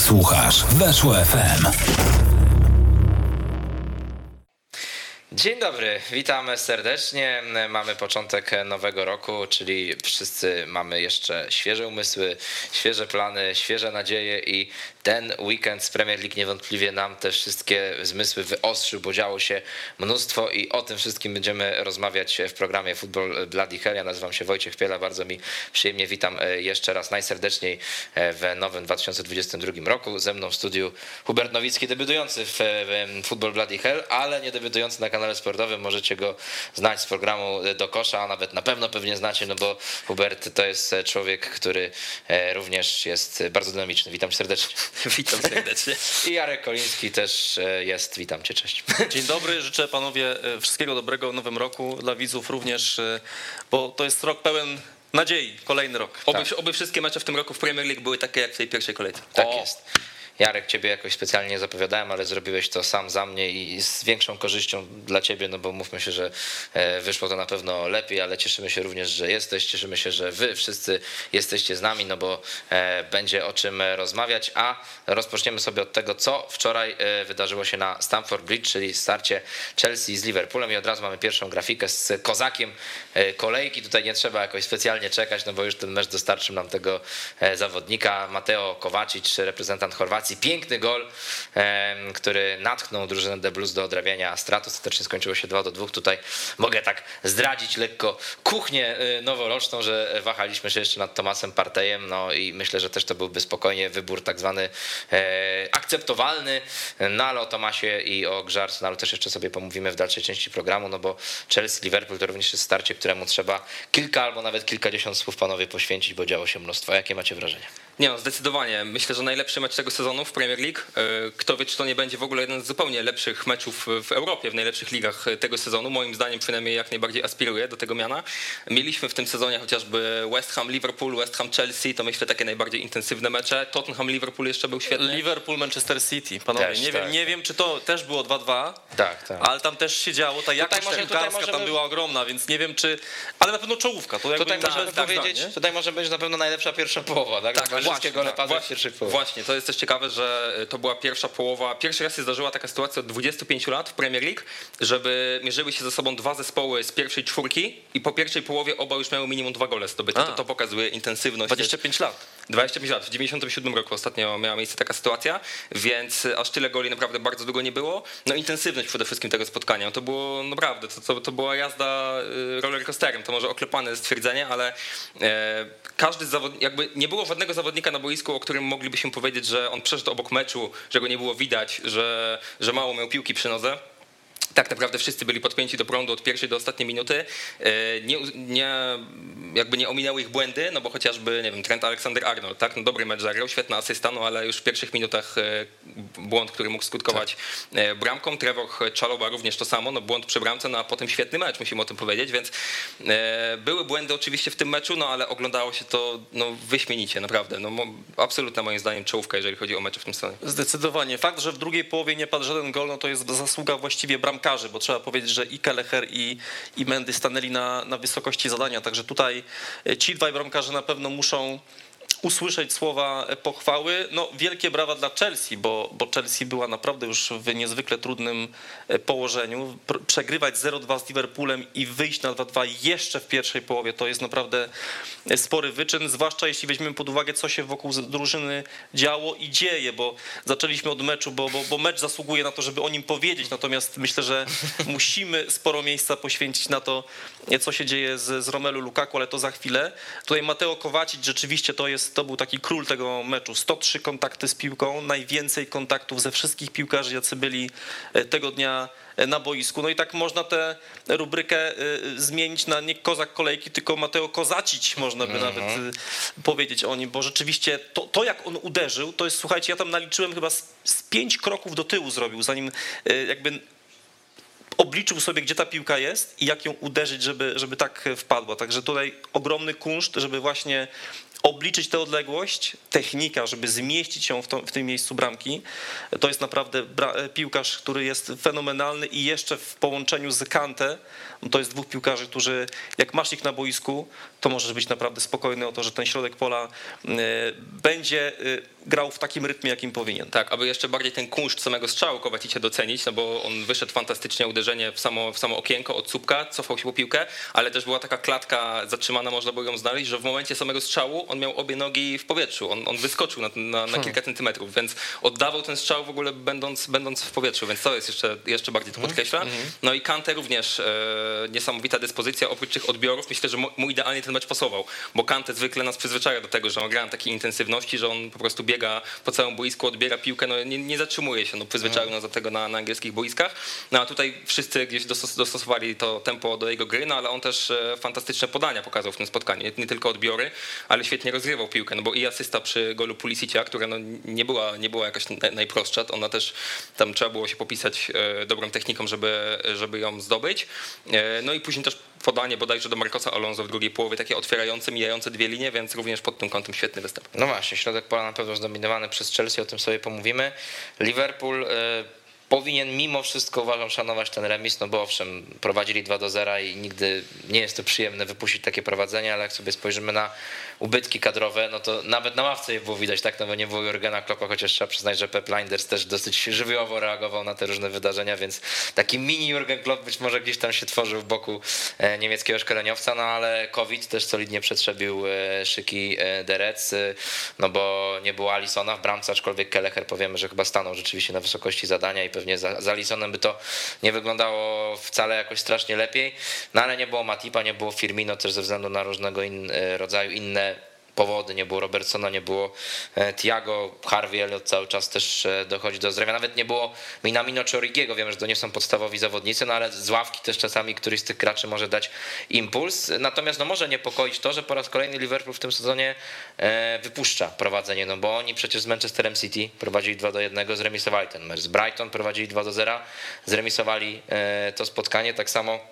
Słuchasz Weszło FM. Dzień dobry, witamy serdecznie. Mamy początek nowego roku, czyli wszyscy mamy jeszcze świeże umysły, świeże plany, świeże nadzieje i ten weekend z Premier League niewątpliwie nam te wszystkie zmysły wyostrzył, bo działo się mnóstwo i o tym wszystkim będziemy rozmawiać w programie Football Bloody Hell. Ja nazywam się Wojciech Piela, bardzo mi przyjemnie witam jeszcze raz najserdeczniej w nowym 2022 roku. Ze mną w studiu Hubert Nowicki, debiutujący w Football Bloody Hell, ale nie debiutujący na kanale sportowym. Możecie go znać z programu Do Kosza, a nawet na pewno pewnie znacie, no bo Hubert to jest człowiek, który również jest bardzo dynamiczny. Witam serdecznie. Witam serdecznie. I Jarek Koliński też jest. Witam cię, cześć. Dzień dobry, życzę panowie wszystkiego dobrego w nowym roku, dla widzów również, bo to jest rok pełen nadziei, kolejny rok. Oby wszystkie mecze w tym roku w Premier League były takie jak w tej pierwszej kolejce. Tak jest. Jarek, ciebie jakoś specjalnie nie zapowiadałem, ale zrobiłeś to sam za mnie i z większą korzyścią dla ciebie, no bo mówmy się, że wyszło to na pewno lepiej, ale cieszymy się również, że jesteś, cieszymy się, że wy wszyscy jesteście z nami, no bo będzie o czym rozmawiać, a rozpoczniemy sobie od tego, co wczoraj wydarzyło się na Stamford Bridge, czyli starcie Chelsea z Liverpoolem i od razu mamy pierwszą grafikę z kozakiem kolejki. Tutaj nie trzeba jakoś specjalnie czekać, no bo już ten mecz dostarczył nam tego zawodnika. Mateo Kovacic, reprezentant Chorwacji. Piękny gol, który natchnął drużynę The Blues do odrabiania strat. Ostatecznie skończyło się 2-2. Tutaj mogę tak zdradzić lekko kuchnię noworoczną, że wahaliśmy się jeszcze nad Thomasem Parteyem, no i myślę, że też to byłby spokojnie wybór tak zwany akceptowalny, no ale o Thomasie i o grze Arsenalu też jeszcze sobie pomówimy w dalszej części programu, no bo Chelsea-Liverpool to również jest starcie, któremu trzeba kilka albo nawet kilkadziesiąt słów panowie poświęcić, bo działo się mnóstwo. Jakie macie wrażenia? Nie no, zdecydowanie. Myślę, że najlepszy mecz tego sezonu w Premier League. Kto wie, czy to nie będzie w ogóle jeden z zupełnie lepszych meczów w Europie, w najlepszych ligach tego sezonu. Moim zdaniem przynajmniej jak najbardziej aspiruje do tego miana. Mieliśmy w tym sezonie chociażby West Ham Liverpool, West Ham Chelsea, to myślę takie najbardziej intensywne mecze. Tottenham Liverpool jeszcze był świetny. Liverpool Manchester City, panowie. Też, nie wiem, czy to też było 2-2, Tak. ale tam też się działo, ta jakość piłkarska tam była ogromna, więc nie wiem czy, ale na pewno czołówka. To tutaj możemy powiedzieć, tutaj może być na pewno najlepsza pierwsza połowa, tak? Wszystkie gole padły w pierwszej połowie. Właśnie, to jest też ciekawe, że to była pierwsza połowa. Pierwszy raz się zdarzyła taka sytuacja od 25 lat w Premier League, żeby mierzyły się ze sobą dwa zespoły z pierwszej czwórki i po pierwszej połowie oba już miały minimum 2 gole zdobyte. To pokazuje intensywność. 25 lat. 25 lat. W 97 roku ostatnio miała miejsce taka sytuacja, więc aż tyle goli naprawdę bardzo długo nie było. No intensywność przede wszystkim tego spotkania. To było naprawdę, to była jazda rollercoasterem. To może oklepane stwierdzenie, ale każdy zawodnik, jakby nie było żadnego zawodnika na boisku, o którym moglibyśmy powiedzieć, że on przeszedł obok meczu, że go nie było widać, że mało miał piłki przy nodze. Tak naprawdę wszyscy byli podpięci do prądu od pierwszej do ostatniej minuty. Nie ominęły ich błędy, no bo chociażby, nie wiem, Trent Alexander-Arnold, tak? No dobry mecz zagrał, świetna asysta, no ale już w pierwszych minutach błąd, który mógł skutkować bramką. Trevor Chalobah również to samo, no błąd przy bramce, no a potem świetny mecz, musimy o tym powiedzieć, więc były błędy oczywiście w tym meczu, no ale oglądało się to no, wyśmienicie, naprawdę. No, absolutna moim zdaniem czołówka, jeżeli chodzi o mecze w tym sezonie. Zdecydowanie. Fakt, że w drugiej połowie nie padł żaden gol, no to jest zasługa właściwie bramkarzy, bo trzeba powiedzieć, że i Kelleher i Mendy stanęli na wysokości zadania, także tutaj ci dwaj bramkarze na pewno muszą usłyszeć słowa pochwały. No, wielkie brawa dla Chelsea, bo Chelsea była naprawdę już w niezwykle trudnym położeniu. Przegrywać 0-2 z Liverpoolem i wyjść na 2-2 jeszcze w pierwszej połowie to jest naprawdę spory wyczyn, zwłaszcza jeśli weźmiemy pod uwagę, co się wokół drużyny działo i dzieje, bo zaczęliśmy od meczu, bo mecz zasługuje na to, żeby o nim powiedzieć, natomiast myślę, że musimy sporo miejsca poświęcić na to, co się dzieje z Romelu Lukaku, ale to za chwilę. Tutaj Mateo Kovacic rzeczywiście to był taki król tego meczu. 103 kontakty z piłką, najwięcej kontaktów ze wszystkich piłkarzy, jacy byli tego dnia na boisku. No i tak można tę rubrykę zmienić na nie kozak kolejki, tylko Mateo Kozacic, można by nawet powiedzieć o nim, bo rzeczywiście to jak on uderzył, to jest, słuchajcie, ja tam naliczyłem chyba z 5 kroków do tyłu zrobił, zanim jakby obliczył sobie, gdzie ta piłka jest i jak ją uderzyć, żeby tak wpadła. Także tutaj ogromny kunszt, żeby właśnie obliczyć tę odległość, technika, żeby zmieścić ją w tym miejscu bramki. To jest naprawdę piłkarz, który jest fenomenalny i jeszcze w połączeniu z Kante, to jest dwóch piłkarzy, którzy jak masz ich na boisku, to możesz być naprawdę spokojny o to, że ten środek pola będzie grał w takim rytmie, jakim powinien. Tak, aby jeszcze bardziej ten kunszt samego strzału Kowacicia docenić, no bo on wyszedł fantastycznie, uderzenie w samo okienko od słupka, cofał się po piłkę, ale też była taka klatka zatrzymana, można było ją znaleźć, że w momencie samego strzału on miał obie nogi w powietrzu, on wyskoczył na kilka centymetrów, więc oddawał ten strzał w ogóle będąc w powietrzu, więc to jest jeszcze bardziej to podkreśla. No i Kante również niesamowita dyspozycja, oprócz tych odbiorów, myślę, że mu idealnie ten mecz pasował, bo Kante zwykle nas przyzwyczaja do tego, że on gra na takiej intensywności, że on po prostu biega po całym boisku, odbiera piłkę, no nie zatrzymuje się, no przyzwyczaił nas do tego na angielskich boiskach, no a tutaj wszyscy gdzieś dostosowali to tempo do jego gry, no ale on też fantastyczne podania pokazał w tym spotkaniu, nie tylko odbiory, ale świetnie rozgrywał piłkę, no bo i asysta przy golu Pulisicia, która no nie była jakaś najprostsza, ona też tam trzeba było się popisać dobrą techniką, żeby ją zdobyć, no i później też podanie bodajże do Marcosa Alonso w drugiej połowie, takie otwierające, mijające dwie linie, więc również pod tym kątem świetny występ. No właśnie, środek pola na pewno zdominowany przez Chelsea, o tym sobie pomówimy. Liverpool powinien mimo wszystko, uważam, szanować ten remis, no bo owszem, prowadzili 2-0 i nigdy nie jest to przyjemne wypuścić takie prowadzenie, ale jak sobie spojrzymy na ubytki kadrowe, no to nawet na ławce je było widać, tak, no bo nie było Jurgena Kloppa, chociaż trzeba przyznać, że Pep Lijnders też dosyć żywiołowo reagował na te różne wydarzenia, więc taki mini Jurgen Klopp być może gdzieś tam się tworzył w boku niemieckiego szkoleniowca, no ale COVID też solidnie przetrzebił szyki The Reds, no bo nie było Alisona w bramce, aczkolwiek Kelleher powiemy, że chyba stanął rzeczywiście na wysokości zadania i pewnie za Alisonem by to nie wyglądało wcale jakoś strasznie lepiej, no ale nie było Matipa, nie było Firmino też ze względu na różnego rodzaju inne powody, nie było Robertsona, nie było Thiago, Harvey Elliott cały czas też dochodzi do zdrowia, nawet nie było Minamino czy Origiego, wiem, że to nie są podstawowi zawodnicy, no ale z ławki też czasami któryś z tych graczy może dać impuls, natomiast no może niepokoić to, że po raz kolejny Liverpool w tym sezonie wypuszcza prowadzenie, no bo oni przecież z Manchesterem City prowadzili 2-1, zremisowali ten mecz, z Brighton prowadzili 2-0, zremisowali to spotkanie, tak samo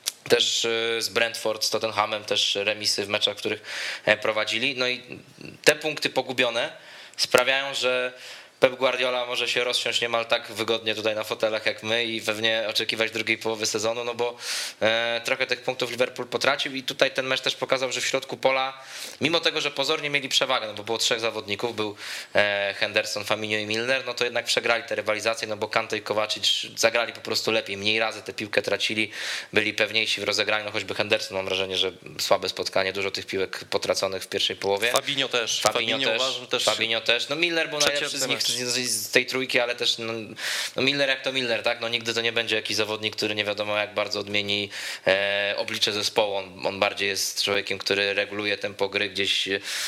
też z Brentford, z Tottenhamem, też remisy w meczach, w których prowadzili. No i te punkty pogubione sprawiają, że Pep Guardiola może się rozsiąść niemal tak wygodnie tutaj na fotelach jak my i pewnie oczekiwać drugiej połowy sezonu, no bo trochę tych punktów Liverpool potracił i tutaj ten mecz też pokazał, że w środku pola, mimo tego, że pozornie mieli przewagę, no bo było trzech zawodników, był Henderson, Firmino i Milner, no to jednak przegrali te rywalizacje, no bo Kante i Kovacic zagrali po prostu lepiej, mniej razy tę piłkę tracili, byli pewniejsi w rozegraniu, no choćby Henderson, mam wrażenie, że słabe spotkanie, dużo tych piłek potraconych w pierwszej połowie. Fabinho też. No Milner był najlepszy z nich z tej trójki, ale też no Milner jak to Milner, tak? No nigdy to nie będzie jakiś zawodnik, który nie wiadomo jak bardzo odmieni oblicze zespołu. On bardziej jest człowiekiem, który reguluje tempo gry, gdzieś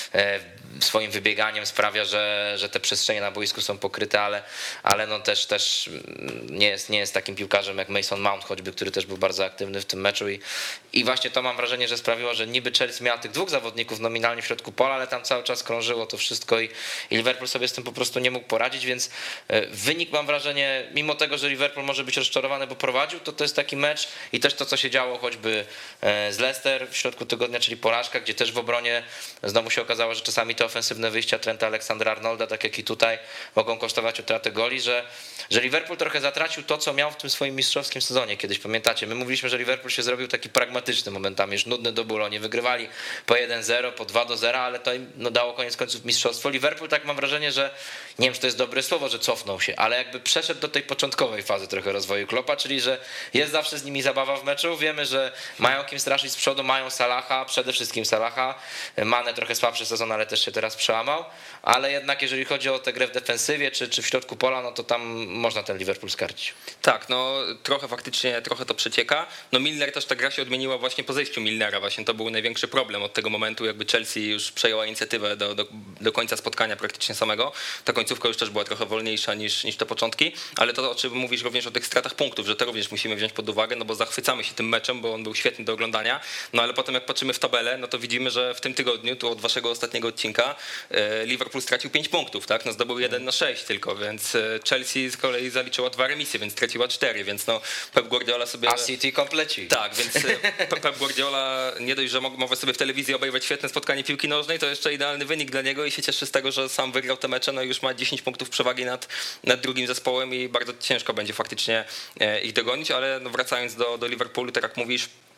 swoim wybieganiem sprawia, że te przestrzenie na boisku są pokryte, ale no też nie jest takim piłkarzem jak Mason Mount choćby, który też był bardzo aktywny w tym meczu i właśnie to mam wrażenie, że sprawiło, że niby Chelsea miała tych dwóch zawodników nominalnie w środku pola, ale tam cały czas krążyło to wszystko i Liverpool sobie z tym po prostu nie mógł poradzić, więc wynik mam wrażenie, mimo tego, że Liverpool może być rozczarowany, bo prowadził, to jest taki mecz i też to, co się działo choćby z Leicester w środku tygodnia, czyli porażka, gdzie też w obronie znowu się okazało, że czasami te ofensywne wyjścia Trenta Alexandra-Arnolda, tak jak i tutaj, mogą kosztować utratę goli, że Liverpool trochę zatracił to, co miał w tym swoim mistrzowskim sezonie. Kiedyś pamiętacie, my mówiliśmy, że Liverpool się zrobił taki pragmatyczny momentami, już nudny do bólu, nie wygrywali po 1-0, po 2-0, ale to im dało koniec końców mistrzostwo. Liverpool, tak mam wrażenie, że nie wiem, czy to jest dobre słowo, że cofnął się, ale jakby przeszedł do tej początkowej fazy trochę rozwoju Kloppa, czyli że jest zawsze z nimi zabawa w meczu, wiemy, że mają kim straszyć z przodu, mają Salaha, przede wszystkim Salaha, Mane trochę słabszy sezon, ale też się teraz przełamał, ale jednak jeżeli chodzi o tę grę w defensywie czy w środku pola, no to tam można ten Liverpool skarcić. Tak, no trochę to przecieka. No Milner też ta gra się odmieniła właśnie po zejściu Milnera, właśnie to był największy problem od tego momentu, jakby Chelsea już przejęła inicjatywę do końca spotkania praktycznie samego. Ta końcówka już też była trochę wolniejsza niż te początki, ale to, o czym mówisz również o tych stratach punktów, że to również musimy wziąć pod uwagę, no bo zachwycamy się tym meczem, bo on był świetny do oglądania, no ale potem jak patrzymy w tabelę, no to widzimy, że w tym tygodniu, tu od waszego ostatniego odcinka, Liverpool stracił 5 punktów, tak, no zdobył 1-6 tylko, więc Chelsea z kolei zaliczyła 2 remisy, więc straciła 4, więc no Pep Guardiola sobie... A City kompleci. Tak, więc Pep Guardiola nie dość, że może sobie w telewizji obejrzeć świetne spotkanie piłki nożnej, to jeszcze idealny wynik dla niego i się cieszy z tego, że sam wygrał te mecze, no i już ma 10 punktów przewagi nad drugim zespołem i bardzo ciężko będzie faktycznie ich dogonić, ale no wracając do Liverpoolu, tak jak mówisz,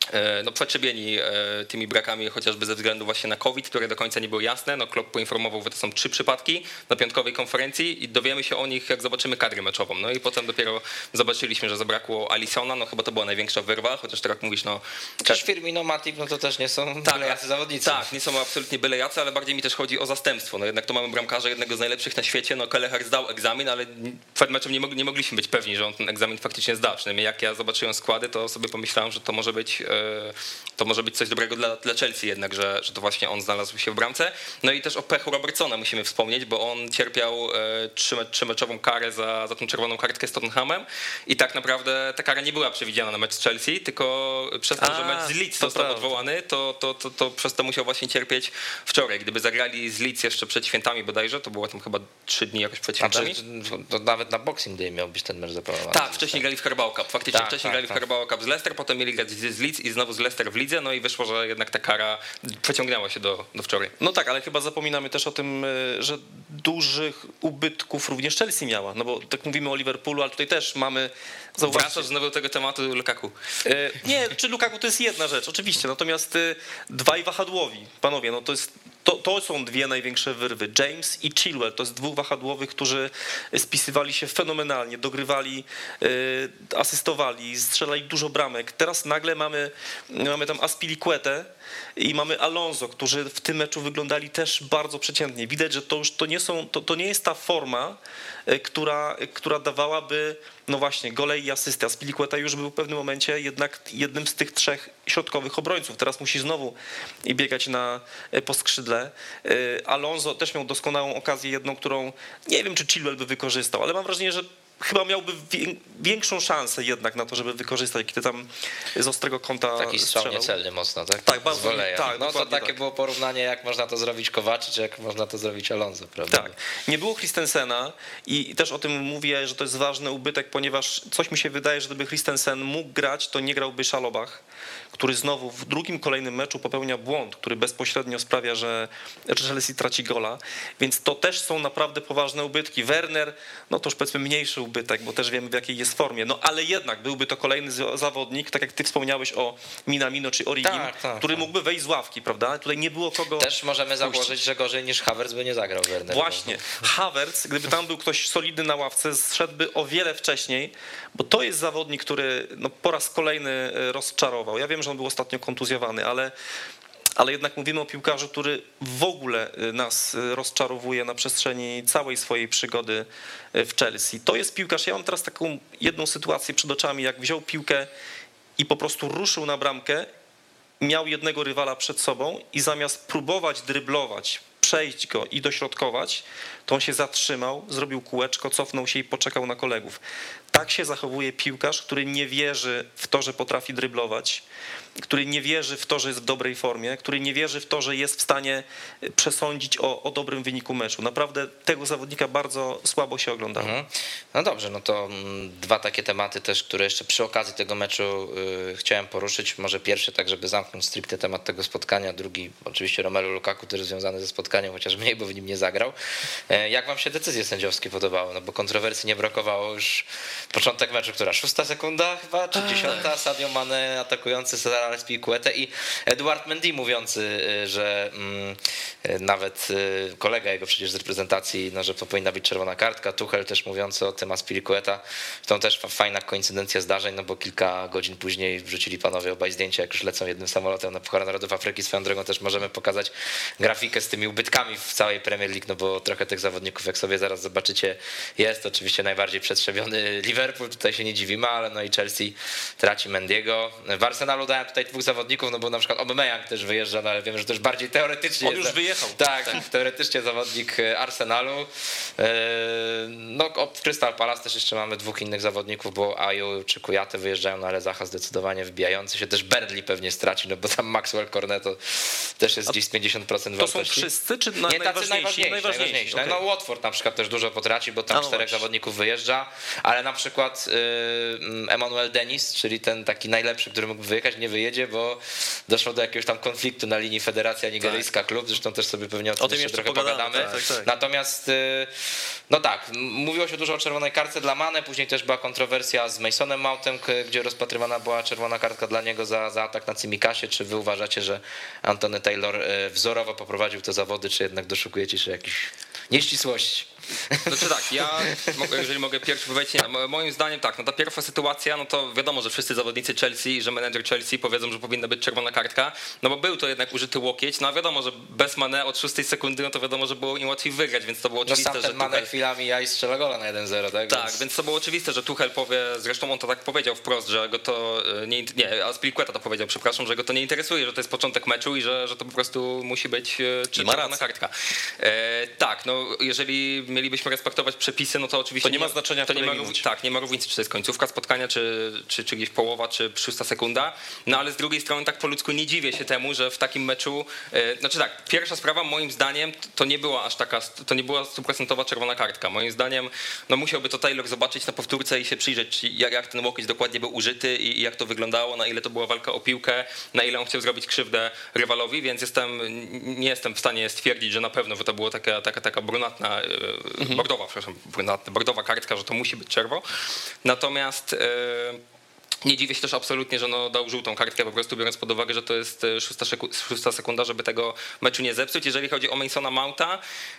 no przetrzebieni tymi brakami, chociażby ze względu właśnie na COVID, które do końca nie były jasne. No Klopp poinformował, że to są 3 przypadki na piątkowej konferencji i dowiemy się o nich, jak zobaczymy kadrę meczową. No i potem dopiero zobaczyliśmy, że zabrakło Alisona, no chyba to była największa wyrwa, chociaż tak jak mówisz, no... Też Firmino, Matip, no to też nie są byle jacy zawodnicy. Tak, nie są absolutnie byle jacy, ale bardziej mi też chodzi o zastępstwo. No jednak to mamy bramkarza, jednego z najlepszych na świecie, no Kelleher zdał egzamin, ale przed meczem nie mogliśmy być pewni, że on ten egzamin faktycznie zda. Przynajmniej jak ja zobaczyłem składy, to sobie pomyślałem, że to może być coś dobrego dla Chelsea jednak, że to właśnie on znalazł się w bramce. No i też o pechu Robertsona musimy wspomnieć, bo on cierpiał 3-meczową karę za tą czerwoną kartkę z Tottenhamem i tak naprawdę ta kara nie była przewidziana na mecz z Chelsea, tylko przez to, że mecz z Leeds został odwołany, to przez to musiał właśnie cierpieć wczoraj. Gdyby zagrali z Leeds jeszcze przed świętami bodajże, to było tam chyba 3 dni jakoś przed świętami. To nawet na Boxing Day miał być ten mecz zaplanowany. Tak, wcześniej grali w Carabao Cup. Faktycznie wcześniej grali w Carabao Cup z Leicester, potem mieli grać z Leeds i znowu z Leicester w lidze, no i wyszło, że jednak ta kara przeciągnęła się do wczoraj. No tak, ale chyba zapominamy też o tym, że dużych ubytków również Chelsea miała, no bo tak mówimy o Liverpoolu, ale tutaj też mamy... Wracasz znowu do tego tematu Lukaku. Nie, czy Lukaku to jest jedna rzecz, oczywiście, natomiast dwaj wahadłowi, panowie, no to są 2 największe wyrwy. James i Chilwell to jest 2 wahadłowych, którzy spisywali się fenomenalnie, dogrywali, asystowali, strzelali dużo bramek. Teraz nagle mamy tam Azpilicuetę i mamy Alonso, którzy w tym meczu wyglądali też bardzo przeciętnie. Widać, że to nie jest ta forma, która dawałaby, no właśnie, gole i asysty. Azpilicueta już był w pewnym momencie jednak jednym z tych 3 środkowych obrońców. Teraz musi znowu biegać po skrzydle. Alonso też miał doskonałą okazję, jedną, którą nie wiem, czy Chilwell by wykorzystał, ale mam wrażenie, że chyba miałby większą szansę jednak na to, żeby wykorzystać, kiedy tam z ostrego kąta taki strzał niecelny mocno, tak? Tak, bardzo. Tak, no to takie było porównanie, jak można to zrobić Kowaczyć, jak można to zrobić Alonso, prawda? Tak, nie było Christensena i też o tym mówię, że to jest ważny ubytek, ponieważ coś mi się wydaje, że gdyby Christensen mógł grać, to nie grałby Szalobach, który znowu w drugim kolejnym meczu popełnia błąd, który bezpośrednio sprawia, że Chelsea traci gola, więc to też są naprawdę poważne ubytki. Werner, no to już powiedzmy mniejszy ubytek, bo też wiemy, w jakiej jest formie, no ale jednak byłby to kolejny zawodnik, tak jak ty wspomniałeś o Minamino czy Origim, który mógłby wejść z ławki, prawda? Tutaj nie było kogo... Też możemy założyć, że gorzej niż Havertz by nie zagrał Werner. Właśnie, Havertz, gdyby tam był ktoś solidny na ławce, zszedłby o wiele wcześniej, bo to jest zawodnik, który no, po raz kolejny rozczarował. Ja wiem, że on był ostatnio kontuzjowany, ale jednak mówimy o piłkarzu, który w ogóle nas rozczarowuje na przestrzeni całej swojej przygody w Chelsea. To jest piłkarz, ja mam teraz taką jedną sytuację przed oczami, jak wziął piłkę i po prostu ruszył na bramkę, miał jednego rywala przed sobą i zamiast próbować dryblować, przejść go i dośrodkować, to on się zatrzymał, zrobił kółeczko, cofnął się i poczekał na kolegów. Tak się zachowuje piłkarz, który nie wierzy w to, że potrafi dryblować, który nie wierzy w to, że jest w dobrej formie, który nie wierzy w to, że jest w stanie przesądzić o dobrym wyniku meczu. Naprawdę tego zawodnika bardzo słabo się oglądało. No dobrze, no to 2 takie tematy też, które jeszcze przy okazji tego meczu chciałem poruszyć. Może pierwszy, tak żeby zamknąć stricte temat tego spotkania, drugi oczywiście Romelu Lukaku, też związany ze spotkaniem, chociaż mniej, bo w nim nie zagrał. Jak wam się decyzje sędziowskie podobały? No bo kontrowersji nie brakowało już początek meczu, która 6 sekunda chyba, czy 10, Sadio Mane atakujący Cezara Azpilicuetę i Eduard Mendy mówiący, że nawet kolega jego przecież z reprezentacji, no, że to powinna być czerwona kartka, Tuchel też mówiący o tym Azpilicueta. To też fajna koincydencja zdarzeń, no bo kilka godzin później wrzucili panowie obaj zdjęcia, jak już lecą jednym samolotem na Puchar Narodów Afryki. Swoją drogą też możemy pokazać grafikę z tymi ubytkami w całej Premier League, no bo trochę tych zawodników, jak sobie zaraz zobaczycie, jest. Oczywiście najbardziej przetrzebiony Liverpool, tutaj się nie dziwimy, ale no i Chelsea traci Mendiego. W Arsenalu dałem tutaj 2 zawodników, no bo na przykład Aubameyang też wyjeżdża, no ale wiemy, że też bardziej teoretycznie. On już wyjechał. Tak, teoretycznie zawodnik Arsenalu. No w Crystal Palace też jeszcze mamy 2 innych zawodników, bo Ayew czy Kouyaté wyjeżdżają, no ale Zaha zdecydowanie wybijający się. Też Burnley pewnie straci, no bo tam Maxwell Corneto też jest gdzieś z 50% wartości. To są wszyscy, czy nie, tacy najważniejsi. Okay. No Watford na przykład też dużo potraci, bo tam 4 zawodników wyjeżdża, ale na przykład Emmanuel Dennis, czyli ten taki najlepszy, który mógł wyjechać, nie wyjeżdża. wyjedzie, bo doszło do jakiegoś tam konfliktu na linii Federacja Nigeryjska klub, zresztą też sobie pewnie o tym jeszcze trochę pogadamy. Tak. Natomiast no tak, mówiło się dużo o czerwonej kartce dla Mane, później też była kontrowersja z Masonem Mountem, gdzie rozpatrywana była czerwona kartka dla niego za atak na Tsimicasie. Czy wy uważacie, że Anthony Taylor wzorowo poprowadził te zawody, czy jednak doszukujecie się jakichś nieścisłości? Znaczy tak, ja, jeżeli mogę pierwszy powiedzieć, nie, moim zdaniem tak, no ta pierwsza sytuacja, no to wiadomo, że wszyscy zawodnicy Chelsea, że menedżer Chelsea powiedzą, że powinna być czerwona kartka, no bo był to jednak użyty łokieć, no a wiadomo, że bez Mane od 6 sekundy, no to wiadomo, że było im łatwiej wygrać, więc to było oczywiste, no sam ten że Mane chwilami i strzela gola na 1-0, tak? Tak, więc to było oczywiste, że Tuchel powie, zresztą on to tak powiedział wprost, że go to nie, Azpilicueta to powiedział, przepraszam, że go to nie interesuje, że to jest początek meczu i że to po prostu musi być czerwona kartka. Tak, no jeżeli mielibyśmy respektować przepisy, no to oczywiście to nie ma znaczenia, nie ma różnicy, czy to jest końcówka spotkania, czy gdzieś połowa, czy 6 sekunda. No ale z drugiej strony tak po ludzku nie dziwię się temu, że w takim meczu, znaczy tak, pierwsza sprawa moim zdaniem to nie była aż taka, to nie była 100% czerwona kartka. Moim zdaniem no musiałby to Taylor zobaczyć na powtórce i się przyjrzeć, jak ten łokieć dokładnie był użyty i jak to wyglądało, na ile to była walka o piłkę, na ile on chciał zrobić krzywdę rywalowi, więc nie jestem w stanie stwierdzić, że na pewno, że to była taka brunatna, bordowa kartka, że to musi być czerwo. Natomiast nie dziwię się też absolutnie, że no dał żółtą kartkę, po prostu biorąc pod uwagę, że to jest 6 sekunda, żeby tego meczu nie zepsuć. Jeżeli chodzi o Masona Mounta,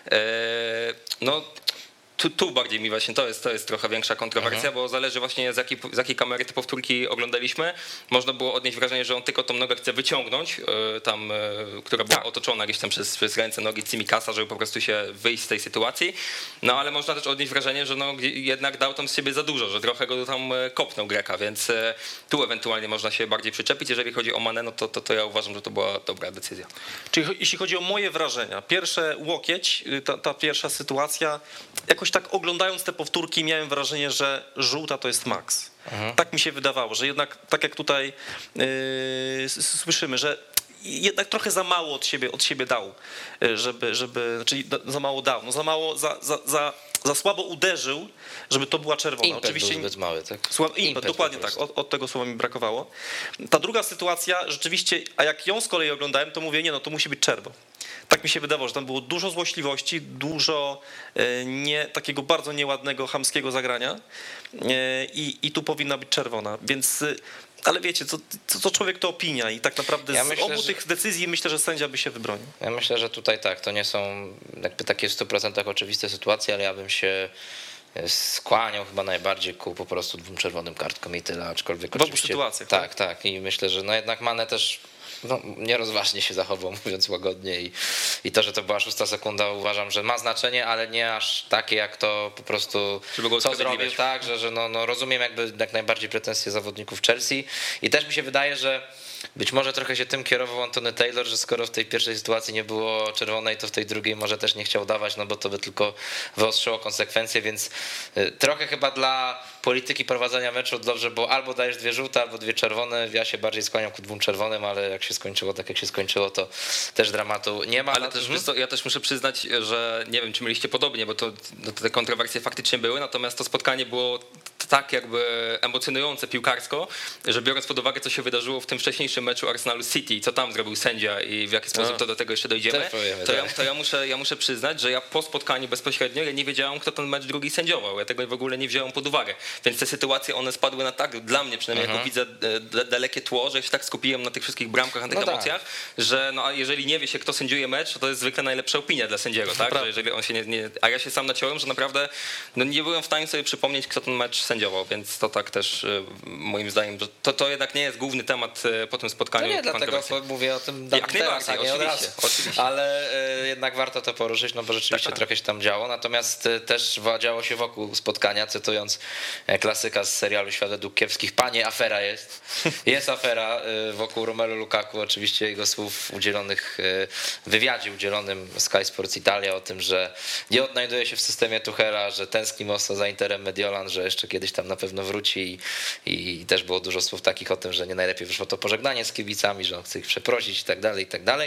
no tu bardziej mi właśnie to jest trochę większa kontrowersja, bo zależy właśnie z jakiej kamery te powtórki oglądaliśmy. Można było odnieść wrażenie, że on tylko tą nogę chce wyciągnąć, tam, która była otoczona gdzieś tam przez ręce, nogi Tsimicasa, żeby po prostu się wyjść z tej sytuacji. No ale można też odnieść wrażenie, że no jednak dał tam z siebie za dużo, że trochę go tam kopnął Greka, więc tu ewentualnie można się bardziej przyczepić. Jeżeli chodzi o Mane, no to ja uważam, że to była dobra decyzja. Czyli jeśli chodzi o moje wrażenia, pierwsze łokieć, ta pierwsza sytuacja, jakoś tak oglądając te powtórki miałem wrażenie, że żółta to jest maks. Tak mi się wydawało, że jednak tak jak tutaj słyszymy, że jednak trochę za mało od siebie dał, czyli za mało dał, no za mało, za słabo uderzył, żeby to była czerwona. Impet oczywiście był zbyt mały, tak? Impet, dokładnie tak, od tego słowa mi brakowało. Ta druga sytuacja rzeczywiście, a jak ją z kolei oglądałem, to mówię, nie no, to musi być czerwo. Tak mi się wydawało, że tam było dużo złośliwości, dużo takiego bardzo nieładnego, chamskiego zagrania i tu powinna być czerwona, więc... Ale wiecie, co człowiek to opinia i tak naprawdę z obu tych decyzji myślę, że sędzia by się wybronił. Ja myślę, że tutaj tak, to nie są jakby takie w 100% oczywiste sytuacje, ale ja bym się skłaniał chyba najbardziej ku po prostu 2 czerwonym kartkom i tyle, aczkolwiek w obu sytuacjach. Tak i myślę, że no jednak Mane też nierozważnie się zachował, mówiąc łagodnie i to, że to była 6 sekunda, uważam, że ma znaczenie, ale nie aż takie jak to po prostu co zrobił, tak, że no rozumiem jakby jak najbardziej pretensje zawodników Chelsea i też mi się wydaje, że być może trochę się tym kierował Anthony Taylor, że skoro w tej pierwszej sytuacji nie było czerwonej, to w tej drugiej może też nie chciał dawać, no bo to by tylko wyostrzyło konsekwencje, więc trochę chyba dla polityki prowadzenia meczu dobrze, bo albo dajesz 2 żółte, albo 2 czerwone. Ja się bardziej skłaniam ku 2 czerwonym, ale jak się skończyło tak, jak się skończyło, to też dramatu nie ma. Ale też, ja też muszę przyznać, że nie wiem, czy mieliście podobnie, bo te kontrowersje faktycznie były, natomiast to spotkanie było tak jakby emocjonujące piłkarsko, że biorąc pod uwagę, co się wydarzyło w tym wcześniejszym meczu Arsenalu City, co tam zrobił sędzia i w jaki sposób to do tego jeszcze dojdziemy, to ja muszę przyznać, że ja po spotkaniu bezpośrednio ja nie wiedziałem, kto ten mecz drugi sędziował. Ja tego w ogóle nie wziąłem pod uwagę. Więc te sytuacje, one spadły na tak, dla mnie przynajmniej, jako widzę dalekie tło, że się tak skupiłem na tych wszystkich bramkach, na tych emocjach, że no, a jeżeli nie wie się, kto sędziuje mecz, to jest zwykle najlepsza opinia dla sędziego, tak? Że jeżeli on się nie... A ja się sam naciąłem, że naprawdę no, nie byłem w stanie sobie przypomnieć, kto ten mecz sędziował, więc to tak też moim zdaniem, że to jednak nie jest główny temat po tym spotkaniu. No nie, dlatego mówię o tym teraz, a nie od razu. Oczywiście. Ale jednak warto to poruszyć, no bo rzeczywiście trochę się tam działo, natomiast też działo się wokół spotkania, cytując klasyka z serialu Świat według kiepskich, panie, afera jest. Jest afera wokół Romelu Lukaku, oczywiście jego słów udzielonych w wywiadzie udzielonym Sky Sports Italia o tym, że nie odnajduje się w systemie Tuchela, że tęskni mocno za Interem Mediolan, że jeszcze kiedyś tam na pewno wróci i też było dużo słów takich o tym, że nie najlepiej wyszło to pożegnanie z kibicami, że on chce ich przeprosić i tak dalej, i tak dalej.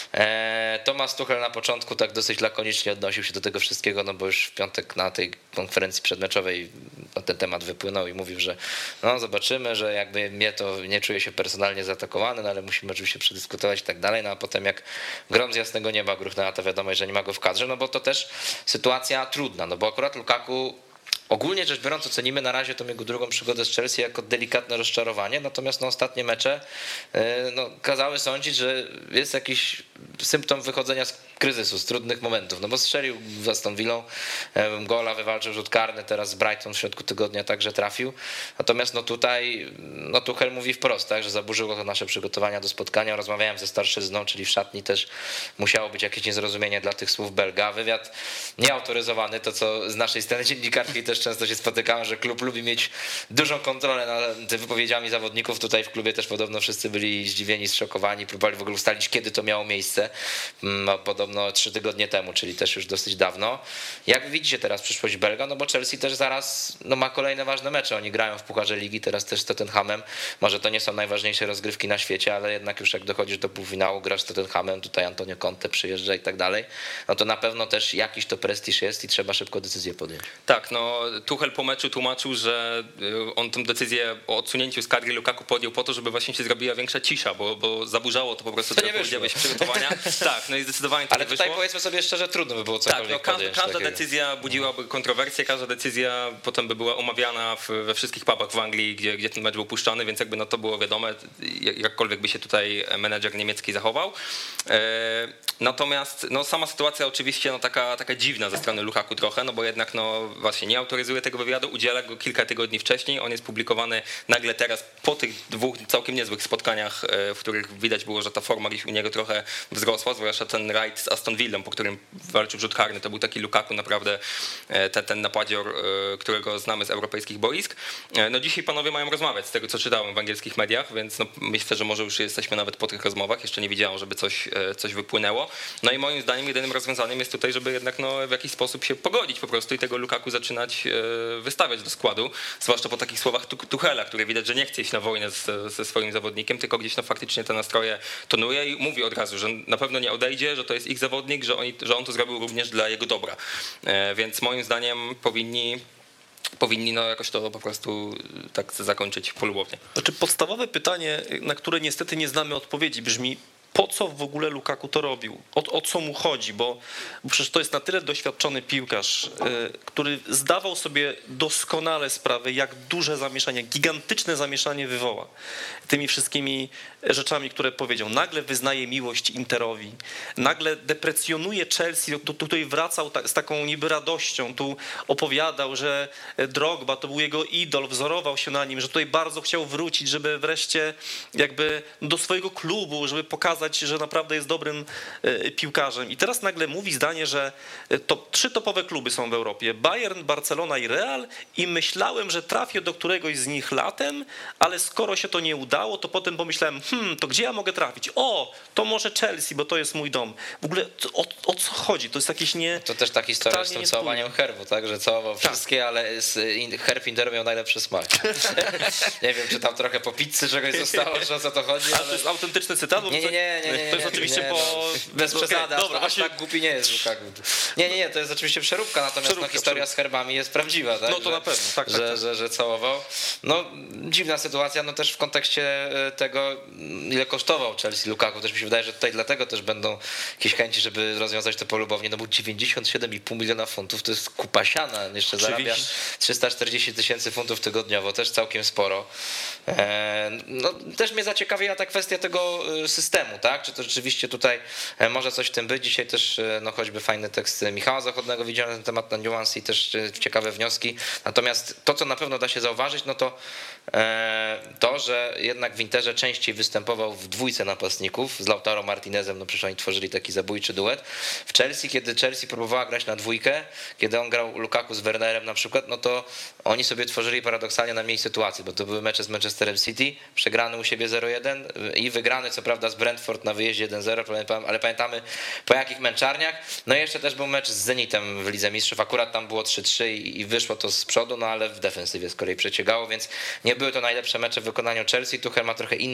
Thomas Tuchel na początku tak dosyć lakonicznie odnosił się do tego wszystkiego, no bo już w piątek na tej konferencji przedmeczowej na ten temat wypłynął i mówił, że no zobaczymy, że jakby mnie to nie czuję się personalnie zaatakowany, no ale musimy oczywiście przedyskutować i tak dalej, no a potem jak grom z jasnego nieba gruchnęła ta wiadomość, że nie ma go w kadrze, no bo to też sytuacja trudna, no bo akurat Lukaku ogólnie rzecz biorąc ocenimy na razie tą jego drugą przygodę z Chelsea jako delikatne rozczarowanie, natomiast ostatnie mecze kazały sądzić, że jest jakiś symptom wychodzenia z kryzysu, z trudnych momentów, no bo strzelił z Aston Villą gola, wywalczył rzut karny, teraz z Brighton w środku tygodnia także trafił, natomiast tutaj Tuchel mówi wprost, tak, że zaburzyło to nasze przygotowania do spotkania, rozmawiałem ze starszyzną, czyli w szatni też musiało być jakieś niezrozumienie dla tych słów Belga, wywiad nieautoryzowany, to co z naszej strony dziennikarskiej też często się spotykałem, że klub lubi mieć dużą kontrolę nad wypowiedziami zawodników, tutaj w klubie też podobno wszyscy byli zdziwieni, zszokowani, próbowali w ogóle ustalić, kiedy to miało miejsce, podobno 3 tygodnie temu, czyli też już dosyć dawno. Jak widzicie teraz przyszłość Belga, no bo Chelsea też zaraz ma kolejne ważne mecze, oni grają w Pucharze Ligi, teraz też z Tottenhamem, może to nie są najważniejsze rozgrywki na świecie, ale jednak już jak dochodzisz do półfinału, grasz z Tottenhamem, tutaj Antonio Conte przyjeżdża i tak dalej, no to na pewno też jakiś to prestiż jest i trzeba szybko decyzję podjąć. Tak, no Tuchel po meczu tłumaczył, że on tę decyzję o odsunięciu z kadry Lukaku podjął po to, żeby właśnie się zrobiła większa cisza, bo zaburzało to po prostu te przygotowania. Tak, no i zdecydowanie to ale tutaj wyszło. Powiedzmy sobie szczerze, trudno by było cokolwiek podjąć. Każda decyzja budziłaby kontrowersje, każda decyzja potem by była omawiana we wszystkich pubach w Anglii, gdzie ten mecz był puszczany, więc jakby to było wiadome, jakkolwiek by się tutaj menedżer niemiecki zachował. Natomiast sama sytuacja oczywiście taka dziwna ze strony Lukaku trochę, no bo jednak właśnie nie autoryzuje tego wywiadu, udziela go kilka tygodni wcześniej, on jest publikowany nagle teraz po tych 2 całkiem niezłych spotkaniach, w których widać było, że ta forma gdzieś u niego trochę wzrosła, zwłaszcza ten rajd z Aston Villą, po którym walczył rzut karny, to był taki Lukaku naprawdę ten napadzior, którego znamy z europejskich boisk. No dzisiaj panowie mają rozmawiać z tego, co czytałem w angielskich mediach, więc myślę, że może już jesteśmy nawet po tych rozmowach, jeszcze nie widziałem, żeby coś wypłynęło. No i moim zdaniem jedynym rozwiązaniem jest tutaj, żeby jednak w jakiś sposób się pogodzić po prostu i tego Lukaku zaczynać wystawiać do składu, zwłaszcza po takich słowach Tuchela, który widać, że nie chce iść na wojnę ze swoim zawodnikiem, tylko gdzieś faktycznie te nastroje tonuje i mówi od razu, że na pewno nie odejdzie, że to jest ich zawodnik, że on to zrobił również dla jego dobra. Więc moim zdaniem powinni jakoś to po prostu tak zakończyć polubownie. Znaczy podstawowe pytanie, na które niestety nie znamy odpowiedzi, brzmi: po co w ogóle Lukaku to robił? O co mu chodzi? Bo przecież to jest na tyle doświadczony piłkarz, który zdawał sobie doskonale sprawę, jak duże zamieszanie, gigantyczne zamieszanie wywoła tymi wszystkimi rzeczami, które powiedział. Nagle wyznaje miłość Interowi, nagle deprecjonuje Chelsea, tutaj wracał z taką niby radością, tu opowiadał, że Drogba to był jego idol, wzorował się na nim, że tutaj bardzo chciał wrócić, żeby wreszcie jakby do swojego klubu, żeby pokazać, że naprawdę jest dobrym piłkarzem. I teraz nagle mówi zdanie, że 3 topowe kluby są w Europie: Bayern, Barcelona i Real, i myślałem, że trafię do któregoś z nich latem, ale skoro się to nie udało, to potem pomyślałem, to gdzie ja mogę trafić? To może Chelsea, bo to jest mój dom. W ogóle o co chodzi? To jest jakieś To też ta historia z tym całowaniem herbu, tak? Że całował wszystkie, ale herb Interu miał najlepszy smak. Nie wiem, czy tam trochę po pizzy czegoś zostało, czy o co to chodzi. Ale to jest autentyczny cytat? Nie. To jest oczywiście bez przesady, dobra, aż tak głupi nie jest Lukaku. Nie, to jest oczywiście przeróbka, natomiast historia z herbami jest prawdziwa, tak? No to na pewno, tak. Że całował. Dziwna sytuacja, też w kontekście tego, ile kosztował Chelsea Lukaku. Też mi się wydaje, że tutaj dlatego też będą jakieś chęci, żeby rozwiązać to polubownie, bo 97,5 miliona funtów to jest kupa siana. Jeszcze zarabia 340 000 funtów tygodniowo, też całkiem sporo. Też mnie zaciekawiła ta kwestia tego systemu, tak? Czy to rzeczywiście tutaj może coś w tym być? Dzisiaj też choćby fajny tekst Michała Zachodnego widziałem na ten temat, na niuanse i też ciekawe wnioski. Natomiast to, co na pewno da się zauważyć, to, że jednak w Interze częściej występował w dwójce napastników z Lautaro Martinezem, przecież oni tworzyli taki zabójczy duet. W Chelsea, kiedy Chelsea próbowała grać na dwójkę, kiedy on grał Lukaku z Wernerem na przykład, to oni sobie tworzyli paradoksalnie na mniej sytuacji, bo to były mecze z Manchesterem City, przegrany u siebie 0-1 i wygrany co prawda z Brentford na wyjeździe 1-0, ale pamiętamy po jakich męczarniach. Jeszcze też był mecz z Zenitem w Lidze Mistrzów, akurat tam było 3-3 i wyszło to z przodu, ale w defensywie z kolei przeciegało, więc nie były to najlepsze mecze w wykonaniu Chelsea. Tuchel ma trochę inny pomysł,